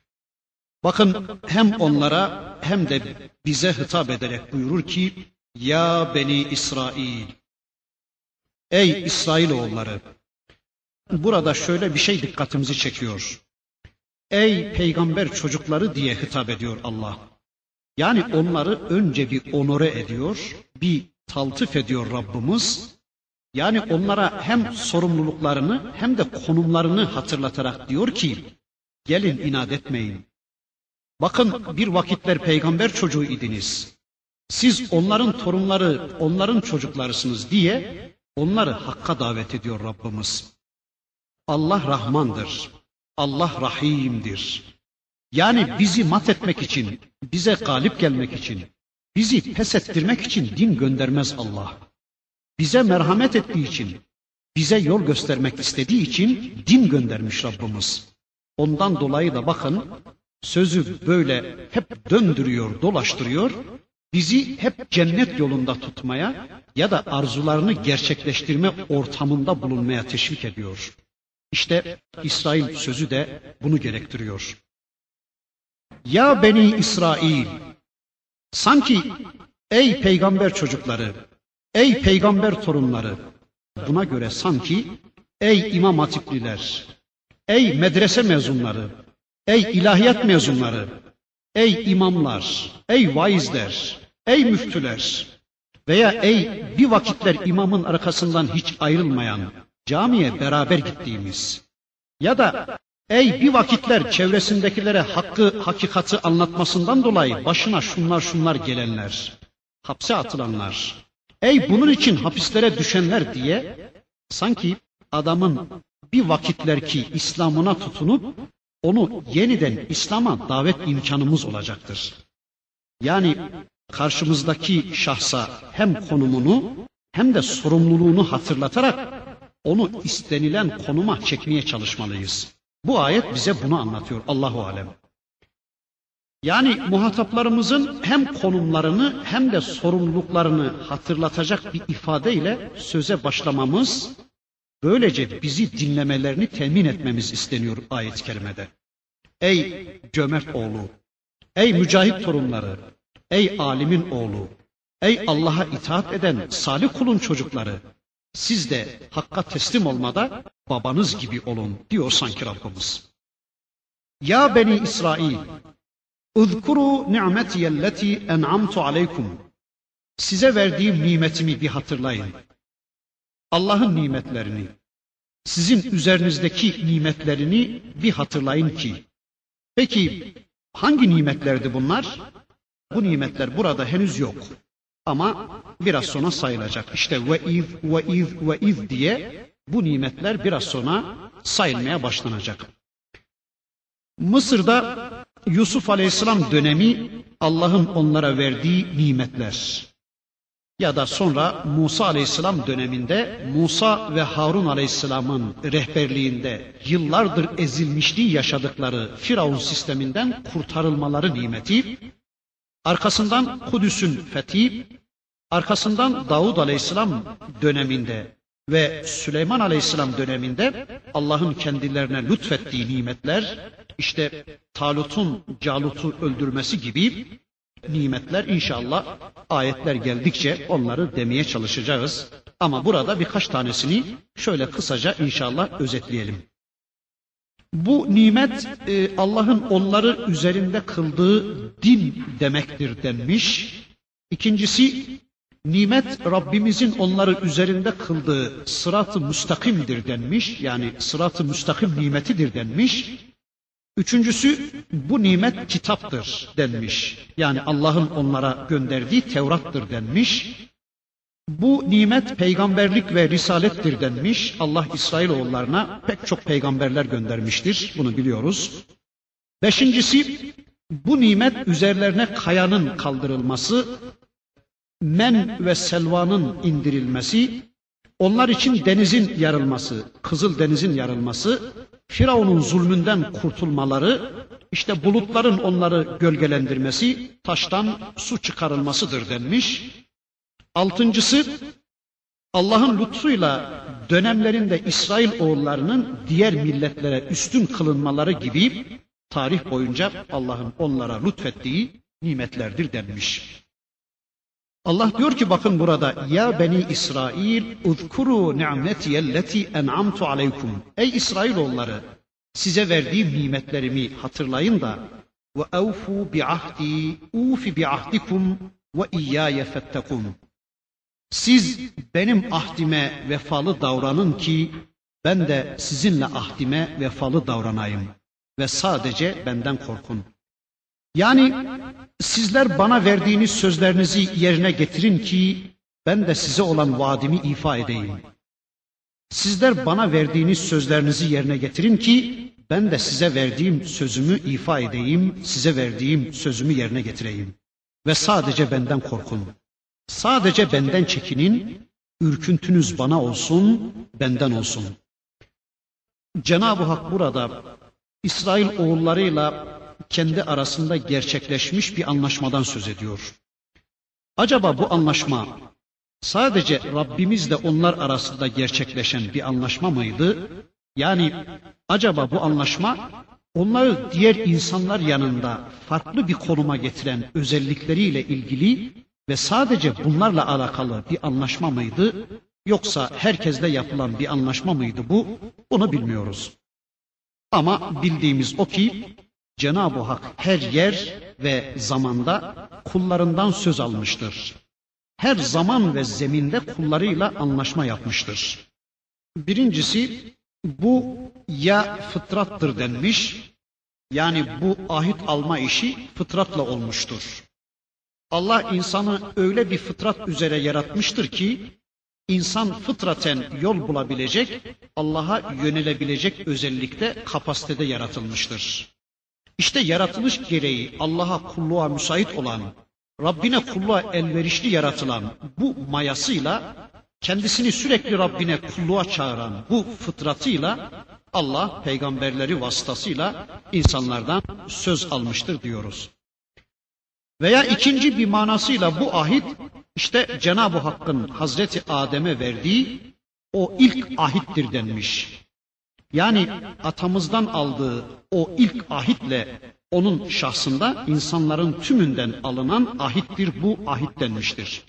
Speaker 1: Bakın hem onlara hem de bize hitap ederek buyurur ki ya Beni İsrail, ey İsrailoğulları. Burada şöyle bir şey dikkatimizi çekiyor. Ey peygamber çocukları diye hitap ediyor Allah. Yani onları önce bir onore ediyor, bir taltif ediyor Rabbimiz. Yani onlara hem sorumluluklarını hem de konumlarını hatırlatarak diyor ki gelin inat etmeyin. Bakın bir vakitler peygamber çocuğu idiniz. Siz onların torunları, onların çocuklarısınız diye onları hakka davet ediyor Rabbimiz. Allah Rahmandır, Allah Rahim'dir. Yani bizi mat etmek için, bize galip gelmek için, bizi pes ettirmek için din göndermez Allah. Bize merhamet ettiği için, bize yol göstermek istediği için din göndermiş Rabbimiz. Ondan dolayı da bakın sözü böyle hep döndürüyor, dolaştırıyor. Bizi hep cennet yolunda tutmaya ya da arzularını gerçekleştirme ortamında bulunmaya teşvik ediyor. İşte İsrail sözü de bunu gerektiriyor. Ya Beni İsrail, sanki ey peygamber çocukları, ey peygamber torunları, buna göre sanki ey imam hatipliler, ey medrese mezunları, ey ilahiyat mezunları, ey imamlar, ey vaizler, ey müftüler veya ey bir vakitler imamın arkasından hiç ayrılmayan, camiye beraber gittiğimiz ya da Ey bir vakitler çevresindekilere hakkı, hakikati anlatmasından dolayı başına şunlar şunlar gelenler, hapse atılanlar, ey bunun için hapislere düşenler diye sanki adamın bir vakitler ki İslam'ına tutunup onu yeniden İslam'a davet imkanımız olacaktır. Yani karşımızdaki şahsa hem konumunu hem de sorumluluğunu hatırlatarak onu istenilen konuma çekmeye çalışmalıyız. Bu ayet bize bunu anlatıyor, Allahu alem. Yani muhataplarımızın hem konumlarını hem de sorumluluklarını hatırlatacak bir ifadeyle söze başlamamız, böylece bizi dinlemelerini temin etmemiz isteniyor ayet-i kerimede. Ey cömert oğlu, ey mücahit torunları, ey alimin oğlu, ey Allah'a itaat eden salih kulun çocukları, siz de hakka teslim olmada babanız gibi olun diyor sanki Rabbimiz. Ya beni İsrail, uzkuru ni'metiyelleti en'amtu aleykum. Size verdiğim nimetimi bir hatırlayın. Allah'ın nimetlerini, sizin üzerinizdeki nimetlerini bir hatırlayın ki. Peki hangi nimetlerdi bunlar? Bu nimetler burada henüz yok. Ama biraz sonra sayılacak. İşte ve iz ve iz ve iz diye bu nimetler biraz sonra sayılmaya başlanacak. Mısır'da Yusuf Aleyhisselam dönemi Allah'ın onlara verdiği nimetler. Ya da sonra Musa Aleyhisselam döneminde Musa ve Harun Aleyhisselam'ın rehberliğinde yıllardır ezilmişliği yaşadıkları Firavun sisteminden kurtarılmaları nimeti, arkasından Kudüs'ün fethi, arkasından Davud Aleyhisselam döneminde ve Süleyman Aleyhisselam döneminde Allah'ın kendilerine lütfettiği nimetler, işte Talut'un Calut'u öldürmesi gibi nimetler, inşallah ayetler geldikçe onları demeye çalışacağız. Ama burada birkaç tanesini şöyle kısaca inşallah özetleyelim. Bu nimet Allah'ın onları üzerinde kıldığı din demektir denmiş. İkincisi, nimet Rabbimizin onları üzerinde kıldığı sırat-ı müstakimdir denmiş. Yani sırat-ı müstakim nimetidir denmiş. Üçüncüsü, bu nimet kitaptır denmiş. Yani Allah'ın onlara gönderdiği Tevrat'tır denmiş. Bu nimet peygamberlik ve risalettir denmiş. Allah İsrailoğullarına pek çok peygamberler göndermiştir. Bunu biliyoruz. Beşincisi, bu nimet üzerlerine kayanın kaldırılması, men ve selvanın indirilmesi, onlar için denizin yarılması, Kızıl Deniz'in yarılması, Firavun'un zulmünden kurtulmaları, işte bulutların onları gölgelendirmesi, taştan su çıkarılmasıdır denmiş. Altıncısı, Allah'ın lütfuyla dönemlerinde İsrail oğullarının diğer milletlere üstün kılınmaları gibi tarih boyunca Allah'ın onlara lütfettiği nimetlerdir denmiş. Allah diyor ki bakın burada, ya beni İsrail uzkuru ni'metiyelleti en'amtu aleykum. Ey İsrailoğulları, size verdiğim nimetlerimi hatırlayın da ve evfu bi ahdi ufi bi ahdikum ve iyyaya fettekun. Siz benim ahdime vefalı davranın ki ben de sizinle ahdime vefalı davranayım ve sadece benden korkun. Yani sizler bana verdiğiniz sözlerinizi yerine getirin ki ben de size olan vaadimi ifa edeyim. Sizler bana verdiğiniz sözlerinizi yerine getirin ki ben de size verdiğim sözümü ifa edeyim, size verdiğim sözümü yerine getireyim. Ve sadece benden korkun. Sadece benden çekinin, ürküntünüz bana olsun, benden olsun. Cenab-ı Hak burada İsrail oğullarıyla kendi arasında gerçekleşmiş bir anlaşmadan söz ediyor. Acaba bu anlaşma sadece Rabbimizle onlar arasında gerçekleşen bir anlaşma mıydı? Yani acaba bu anlaşma onları diğer insanlar yanında farklı bir konuma getiren özellikleriyle ilgili ve sadece bunlarla alakalı bir anlaşma mıydı? Yoksa herkesle yapılan bir anlaşma mıydı bu? Onu bilmiyoruz. Ama bildiğimiz o ki Cenab-ı Hak her yer ve zamanda kullarından söz almıştır. Her zaman ve zeminde kullarıyla anlaşma yapmıştır. Birincisi, Bu ya fıtrattır denmiş, yani bu ahit alma işi fıtratla olmuştur. Allah insanı öyle bir fıtrat üzere yaratmıştır ki, insan fıtraten yol bulabilecek, Allah'a yönelebilecek özellikte, kapasitede yaratılmıştır. İşte yaratılış gereği Allah'a kulluğa müsait olan, Rabbine kulluğa elverişli yaratılan bu mayasıyla, kendisini sürekli Rabbine kulluğa çağıran bu fıtratıyla, Allah peygamberleri vasıtasıyla insanlardan söz almıştır diyoruz. Veya ikinci bir manasıyla bu ahit, işte Cenab-ı Hakk'ın Hazreti Adem'e verdiği o ilk ahittir denmiş. Yani atamızdan aldığı o ilk ahitle onun şahsında insanların tümünden alınan ahittir, bu ahit denmiştir.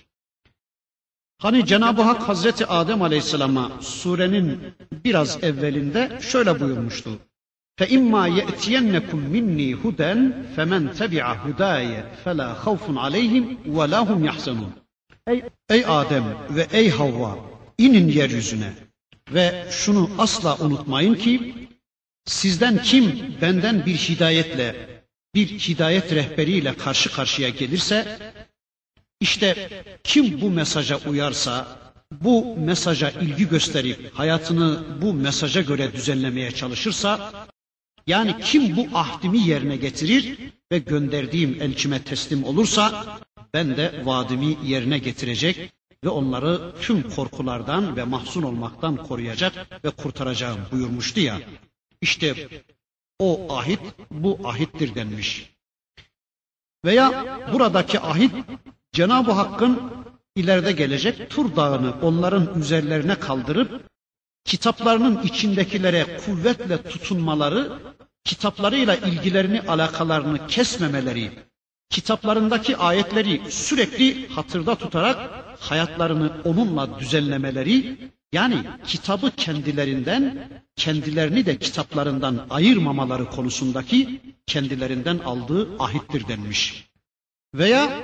Speaker 1: Hani Cenab-ı Hak Hazreti Adem Aleyhisselam'a surenin biraz evvelinde şöyle buyurmuştu. فَاِمَّا يَأْتِيَنَّكُمْ مِنِّي هُدًى فَمَنْ تَبِعَ هُدَايَ فَلَا خَوْفٌ عَلَيْهِمْ وَلَا هُمْ يَحْزَنُونَ. Ey, ey Adem ve ey Havva, inin yeryüzüne ve şunu asla unutmayın ki, sizden kim benden bir hidayetle, bir hidayet rehberiyle karşı karşıya gelirse, işte kim bu mesaja uyarsa, bu mesaja ilgi gösterip hayatını bu mesaja göre düzenlemeye çalışırsa, yani kim bu ahdimi yerine getirir ve gönderdiğim elçime teslim olursa, ben de vaadimi yerine getirecek ve onları tüm korkulardan ve mahzun olmaktan koruyacak ve kurtaracağım buyurmuştu ya. İşte o ahit bu ahittir denmiş. Veya buradaki ahit, Cenab-ı Hakk'ın ileride gelecek Tur Dağı'nı onların üzerlerine kaldırıp, kitaplarının içindekilere kuvvetle tutunmaları, kitaplarıyla ilgilerini, alakalarını kesmemeleri, kitaplarındaki ayetleri sürekli hatırda tutarak hayatlarını onunla düzenlemeleri, yani kitabı kendilerinden, kendilerini de kitaplarından ayırmamaları konusundaki kendilerinden aldığı ahittir denmiş. Veya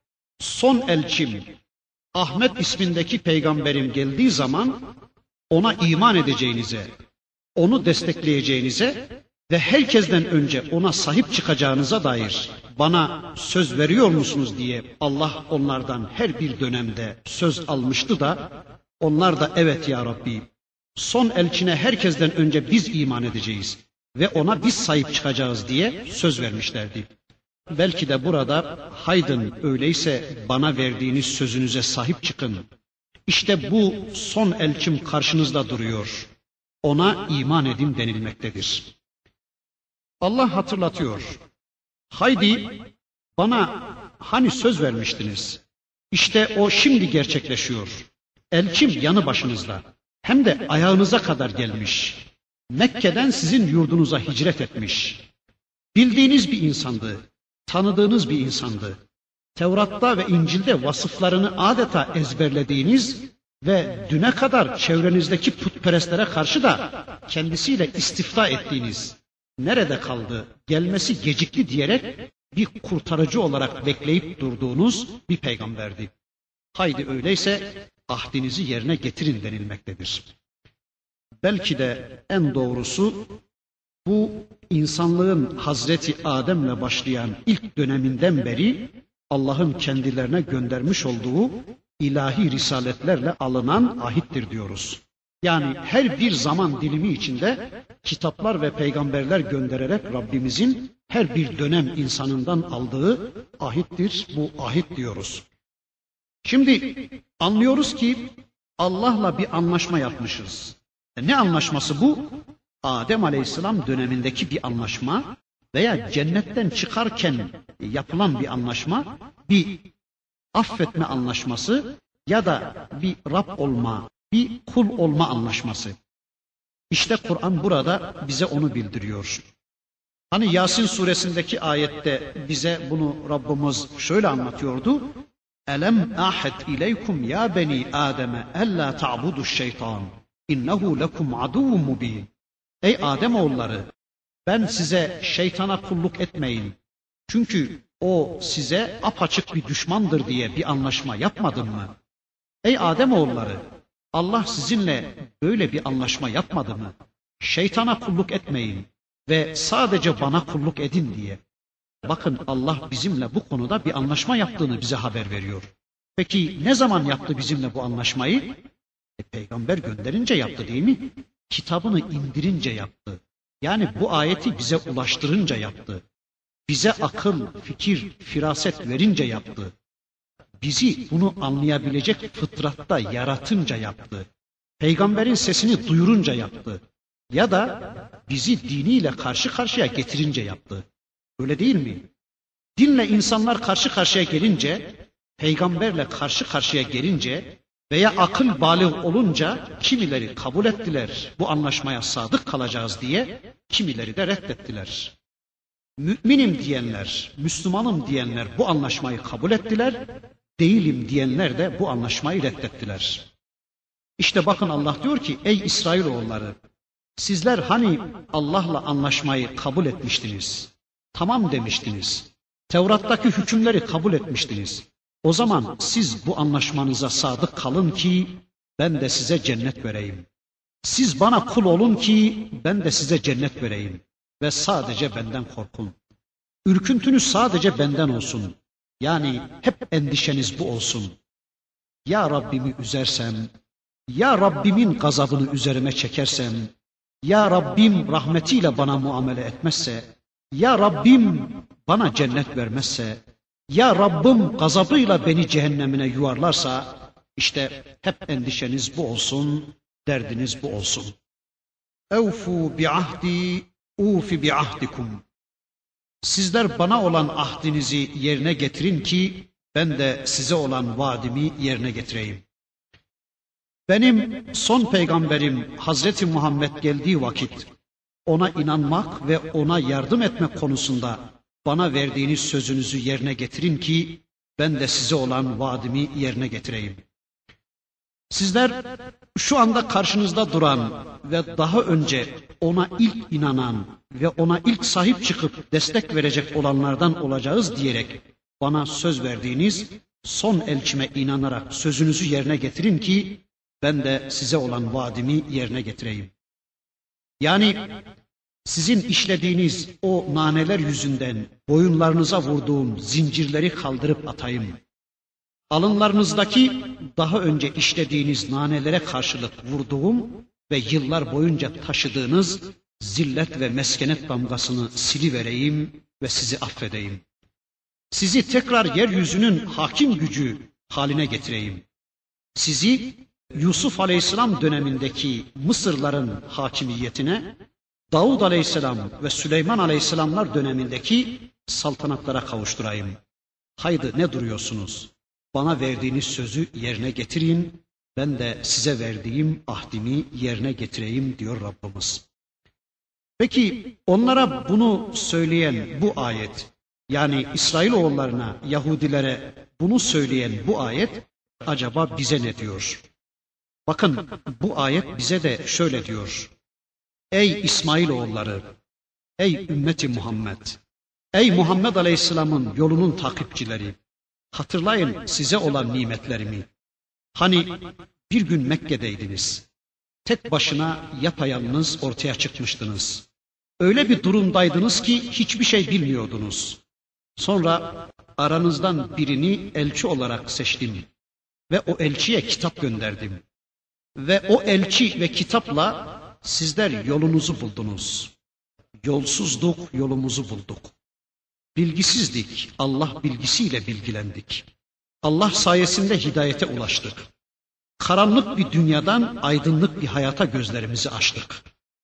Speaker 1: son elçim Ahmet ismindeki peygamberim geldiği zaman ona iman edeceğinize, onu destekleyeceğinize ve herkesten önce ona sahip çıkacağınıza dair bana söz veriyor musunuz diye Allah onlardan her bir dönemde söz almıştı da, onlar da evet ya Rabbi, son elçine herkesten önce biz iman edeceğiz ve ona biz sahip çıkacağız diye söz vermişlerdi. Belki de burada haydın öyleyse bana verdiğiniz sözünüze sahip çıkın. İşte bu son elçim karşınızda duruyor. Ona iman edin denilmektedir. Allah hatırlatıyor. Haydi bana hani söz vermiştiniz. İşte o şimdi gerçekleşiyor. Elçim yanı başınızda. Hem de ayağınıza kadar gelmiş. Mekke'den sizin yurdunuza hicret etmiş. Bildiğiniz bir insandı. Tanıdığınız bir insandı. Tevrat'ta ve İncil'de vasıflarını adeta ezberlediğiniz ve düne kadar çevrenizdeki putperestlere karşı da kendisiyle istifta ettiğiniz, nerede kaldı, gelmesi gecikti diyerek bir kurtarıcı olarak bekleyip durduğunuz bir peygamberdi. Haydi öyleyse ahdinizi yerine getirin denilmektedir. Belki de en doğrusu bu insanlığın Hazreti Adem'le başlayan ilk döneminden beri Allah'ın kendilerine göndermiş olduğu ilahi risaletlerle alınan ahittir diyoruz. Yani her bir zaman dilimi içinde kitaplar ve peygamberler göndererek Rabbimizin her bir dönem insanından aldığı ahittir, bu ahit diyoruz. Şimdi anlıyoruz ki Allah'la bir anlaşma yapmışız. Ne anlaşması bu? Adem Aleyhisselam dönemindeki bir anlaşma veya cennetten çıkarken yapılan bir anlaşma, bir affetme anlaşması ya da bir Rab olma, bir kul olma anlaşması. İşte Kur'an burada bize onu bildiriyor. Hani Yasin suresindeki ayette bize bunu Rabbimiz şöyle anlatıyordu. Elem ahed ileykum ya beni Adem alla ta'budu şeytan innehu lekum aduvun mubin. Ey Adem oğulları, ben size şeytana kulluk etmeyin. Çünkü o size apaçık bir düşmandır diye bir anlaşma yapmadım mı? Ey Adem oğulları, Allah sizinle böyle bir anlaşma yapmadı mı? şeytana kulluk etmeyin ve sadece bana kulluk edin diye. Bakın Allah bizimle bu konuda bir anlaşma yaptığını bize haber veriyor. Peki ne zaman yaptı bizimle bu anlaşmayı? E, peygamber gönderince yaptı değil mi? Kitabını indirince yaptı. Yani bu ayeti bize ulaştırınca yaptı. Bize akıl, fikir, firaset verince yaptı. Bizi bunu anlayabilecek fıtratta yaratınca yaptı. Peygamberin sesini duyurunca yaptı. Ya da bizi diniyle karşı karşıya getirince yaptı. Öyle değil mi? Dinle insanlar karşı karşıya gelince, peygamberle karşı karşıya gelince veya akıl bâlig olunca kimileri kabul ettiler, bu anlaşmaya sadık kalacağız diye, kimileri de reddettiler. Müminim diyenler, Müslümanım diyenler bu anlaşmayı kabul ettiler, değilim diyenler de bu anlaşmayı reddettiler. İşte bakın Allah diyor ki, ey İsrailoğulları, sizler hani Allah'la anlaşmayı kabul etmiştiniz, tamam demiştiniz, Tevrat'taki hükümleri kabul etmiştiniz. O zaman siz bu anlaşmanıza sadık kalın ki ben de size cennet vereyim. Siz bana kul olun ki ben de size cennet vereyim. Ve sadece benden korkun. Ürküntünüz sadece benden olsun. Yani hep endişeniz bu olsun. Ya Rabbimi üzersem, ya Rabbimin gazabını üzerime çekersem, ya Rabbim rahmetiyle bana muamele etmezse, ya Rabbim bana cennet vermezse, ya Rabbim gazabıyla beni cehennemine yuvarlarsa, işte hep endişeniz bu olsun, derdiniz bu olsun. Evfu bi ahdi, ufi bi ahdikum. Sizler bana olan ahdinizi yerine getirin ki ben de size olan vaadimi yerine getireyim. Benim son peygamberim Hazreti Muhammed geldiği vakit ona inanmak ve ona yardım etmek konusunda bana verdiğiniz sözünüzü yerine getirin ki ben de size olan vaadimi yerine getireyim. Sizler şu anda karşınızda duran ve daha önce ona ilk inanan ve ona ilk sahip çıkıp destek verecek olanlardan olacağız diyerek bana söz verdiğiniz son elçime inanarak sözünüzü yerine getirin ki ben de size olan vaadimi yerine getireyim. Yani sizin işlediğiniz o naneler yüzünden boyunlarınıza vurduğum zincirleri kaldırıp atayım. Alınlarınızdaki daha önce işlediğiniz nanelere karşılık vurduğum ve yıllar boyunca taşıdığınız zillet ve meskenet damgasını silivereyim ve sizi affedeyim. Sizi tekrar yeryüzünün hakim gücü haline getireyim. Sizi Yusuf Aleyhisselam dönemindeki Mısırların hakimiyetine, Davud Aleyhisselam ve Süleyman Aleyhisselamlar dönemindeki saltanatlara kavuşturayım. Haydi ne duruyorsunuz? Bana verdiğiniz sözü yerine getirin, ben de size verdiğim ahdimi yerine getireyim diyor Rabbimiz. Peki onlara bunu söyleyen bu ayet, yani İsrailoğullarına, Yahudilere bunu söyleyen bu ayet acaba bize ne diyor? Bakın bu ayet bize de şöyle diyor. Ey İsmailoğulları, ey ümmeti Muhammed, ey Muhammed Aleyhisselam'ın yolunun takipçileri, hatırlayın size olan nimetlerimi. Hani bir gün Mekke'deydiniz, tek başına yapayalnız ortaya çıkmıştınız. Öyle bir durumdaydınız ki hiçbir şey bilmiyordunuz. Sonra aranızdan birini elçi olarak seçtim ve o elçiye kitap gönderdim. Ve o elçi ve kitapla sizler yolunuzu buldunuz. Yolsuzduk, yolumuzu bulduk. Bilgisizdik, Allah bilgisiyle bilgilendik. Allah sayesinde hidayete ulaştık. Karanlık bir dünyadan aydınlık bir hayata gözlerimizi açtık.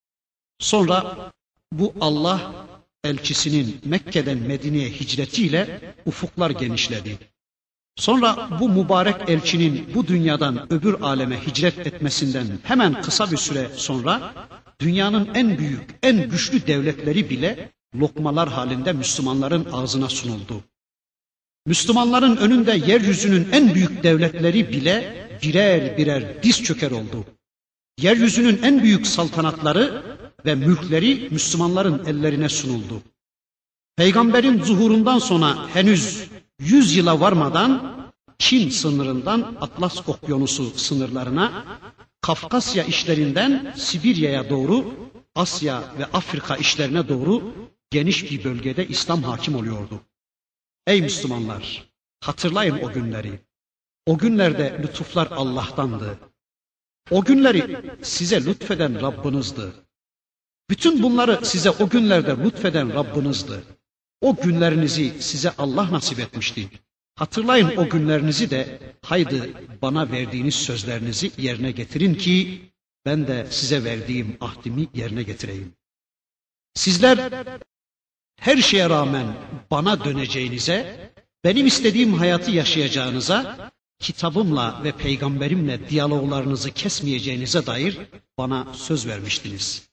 Speaker 1: Sonra bu Allah elçisinin Mekke'den Medine'ye hicretiyle ufuklar genişledi. Sonra bu mübarek elçinin bu dünyadan öbür aleme hicret etmesinden hemen kısa bir süre sonra dünyanın en büyük, en güçlü devletleri bile lokmalar halinde Müslümanların ağzına sunuldu. Müslümanların önünde yeryüzünün en büyük devletleri bile birer birer diz çöker oldu. Yeryüzünün en büyük saltanatları ve mülkleri Müslümanların ellerine sunuldu. Peygamberin zuhurundan sonra henüz yüz yıla varmadan Çin sınırından Atlas Okyanusu sınırlarına, Kafkasya işlerinden Sibirya'ya doğru Asya ve Afrika işlerine doğru geniş bir bölgede İslam hakim oluyordu. Ey Müslümanlar, hatırlayın o günleri. O günlerde lütuflar Allah'tandı. O günleri size lütfeden Rabbinizdi. Bütün bunları size o günlerde lütfeden Rabbinizdi. O günlerinizi size Allah nasip etmişti. Hatırlayın o günlerinizi de, haydi bana verdiğiniz sözlerinizi yerine getirin ki ben de size verdiğim ahdimi yerine getireyim. Sizler her şeye rağmen bana döneceğinize, benim istediğim hayatı yaşayacağınıza, kitabımla ve peygamberimle diyaloglarınızı kesmeyeceğinize dair bana söz vermiştiniz.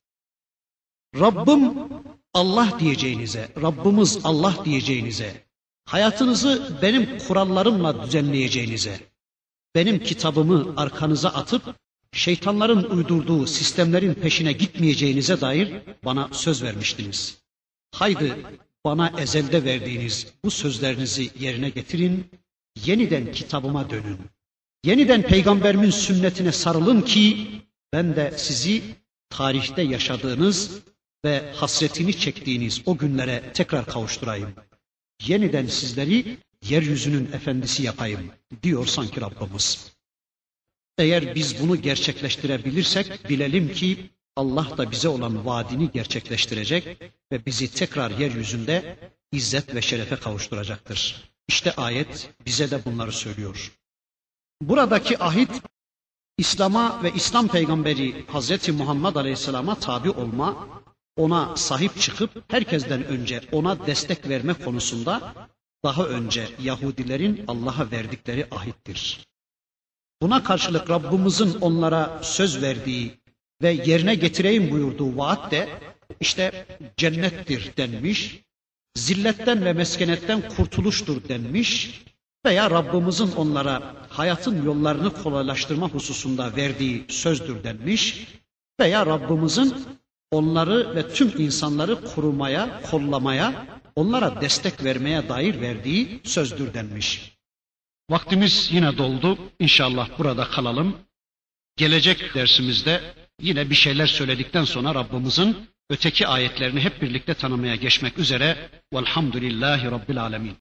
Speaker 1: Rabbim Allah diyeceğinize, Rabbimiz Allah diyeceğinize, hayatınızı benim kurallarımla düzenleyeceğinize, benim kitabımı arkanıza atıp şeytanların uydurduğu sistemlerin peşine gitmeyeceğinize dair bana söz vermiştiniz. Haydi bana ezelde verdiğiniz bu sözlerinizi yerine getirin, yeniden kitabıma dönün. Yeniden peygamberimin sünnetine sarılın ki ben de sizi tarihte yaşadığınız ve hasretini çektiğiniz o günlere tekrar kavuşturayım. Yeniden sizleri yeryüzünün efendisi yapayım diyor sanki Rabbimiz. Eğer biz bunu gerçekleştirebilirsek bilelim ki Allah da bize olan vaadini gerçekleştirecek ve bizi tekrar yeryüzünde izzet ve şerefe kavuşturacaktır. İşte ayet bize de bunları söylüyor. Buradaki ahit İslam'a ve İslam peygamberi Hazreti Muhammed Aleyhisselam'a tabi olma, ona sahip çıkıp herkesten önce ona destek verme konusunda daha önce Yahudilerin Allah'a verdikleri ahittir. Buna karşılık Rabbimizin onlara söz verdiği ve yerine getireyim buyurduğu vaat de işte cennettir denmiş, zilletten ve meskenetten kurtuluştur denmiş veya Rabbimizin onlara hayatın yollarını kolaylaştırma hususunda verdiği sözdür denmiş veya Rabbimizin onları ve tüm insanları korumaya, kollamaya, onlara destek vermeye dair verdiği sözdür denmiş. Vaktimiz yine doldu. İnşallah burada kalalım. Gelecek dersimizde yine bir şeyler söyledikten sonra Rabbimizin öteki ayetlerini hep birlikte tanımaya geçmek üzere. Velhamdülillahi Rabbil Alemin.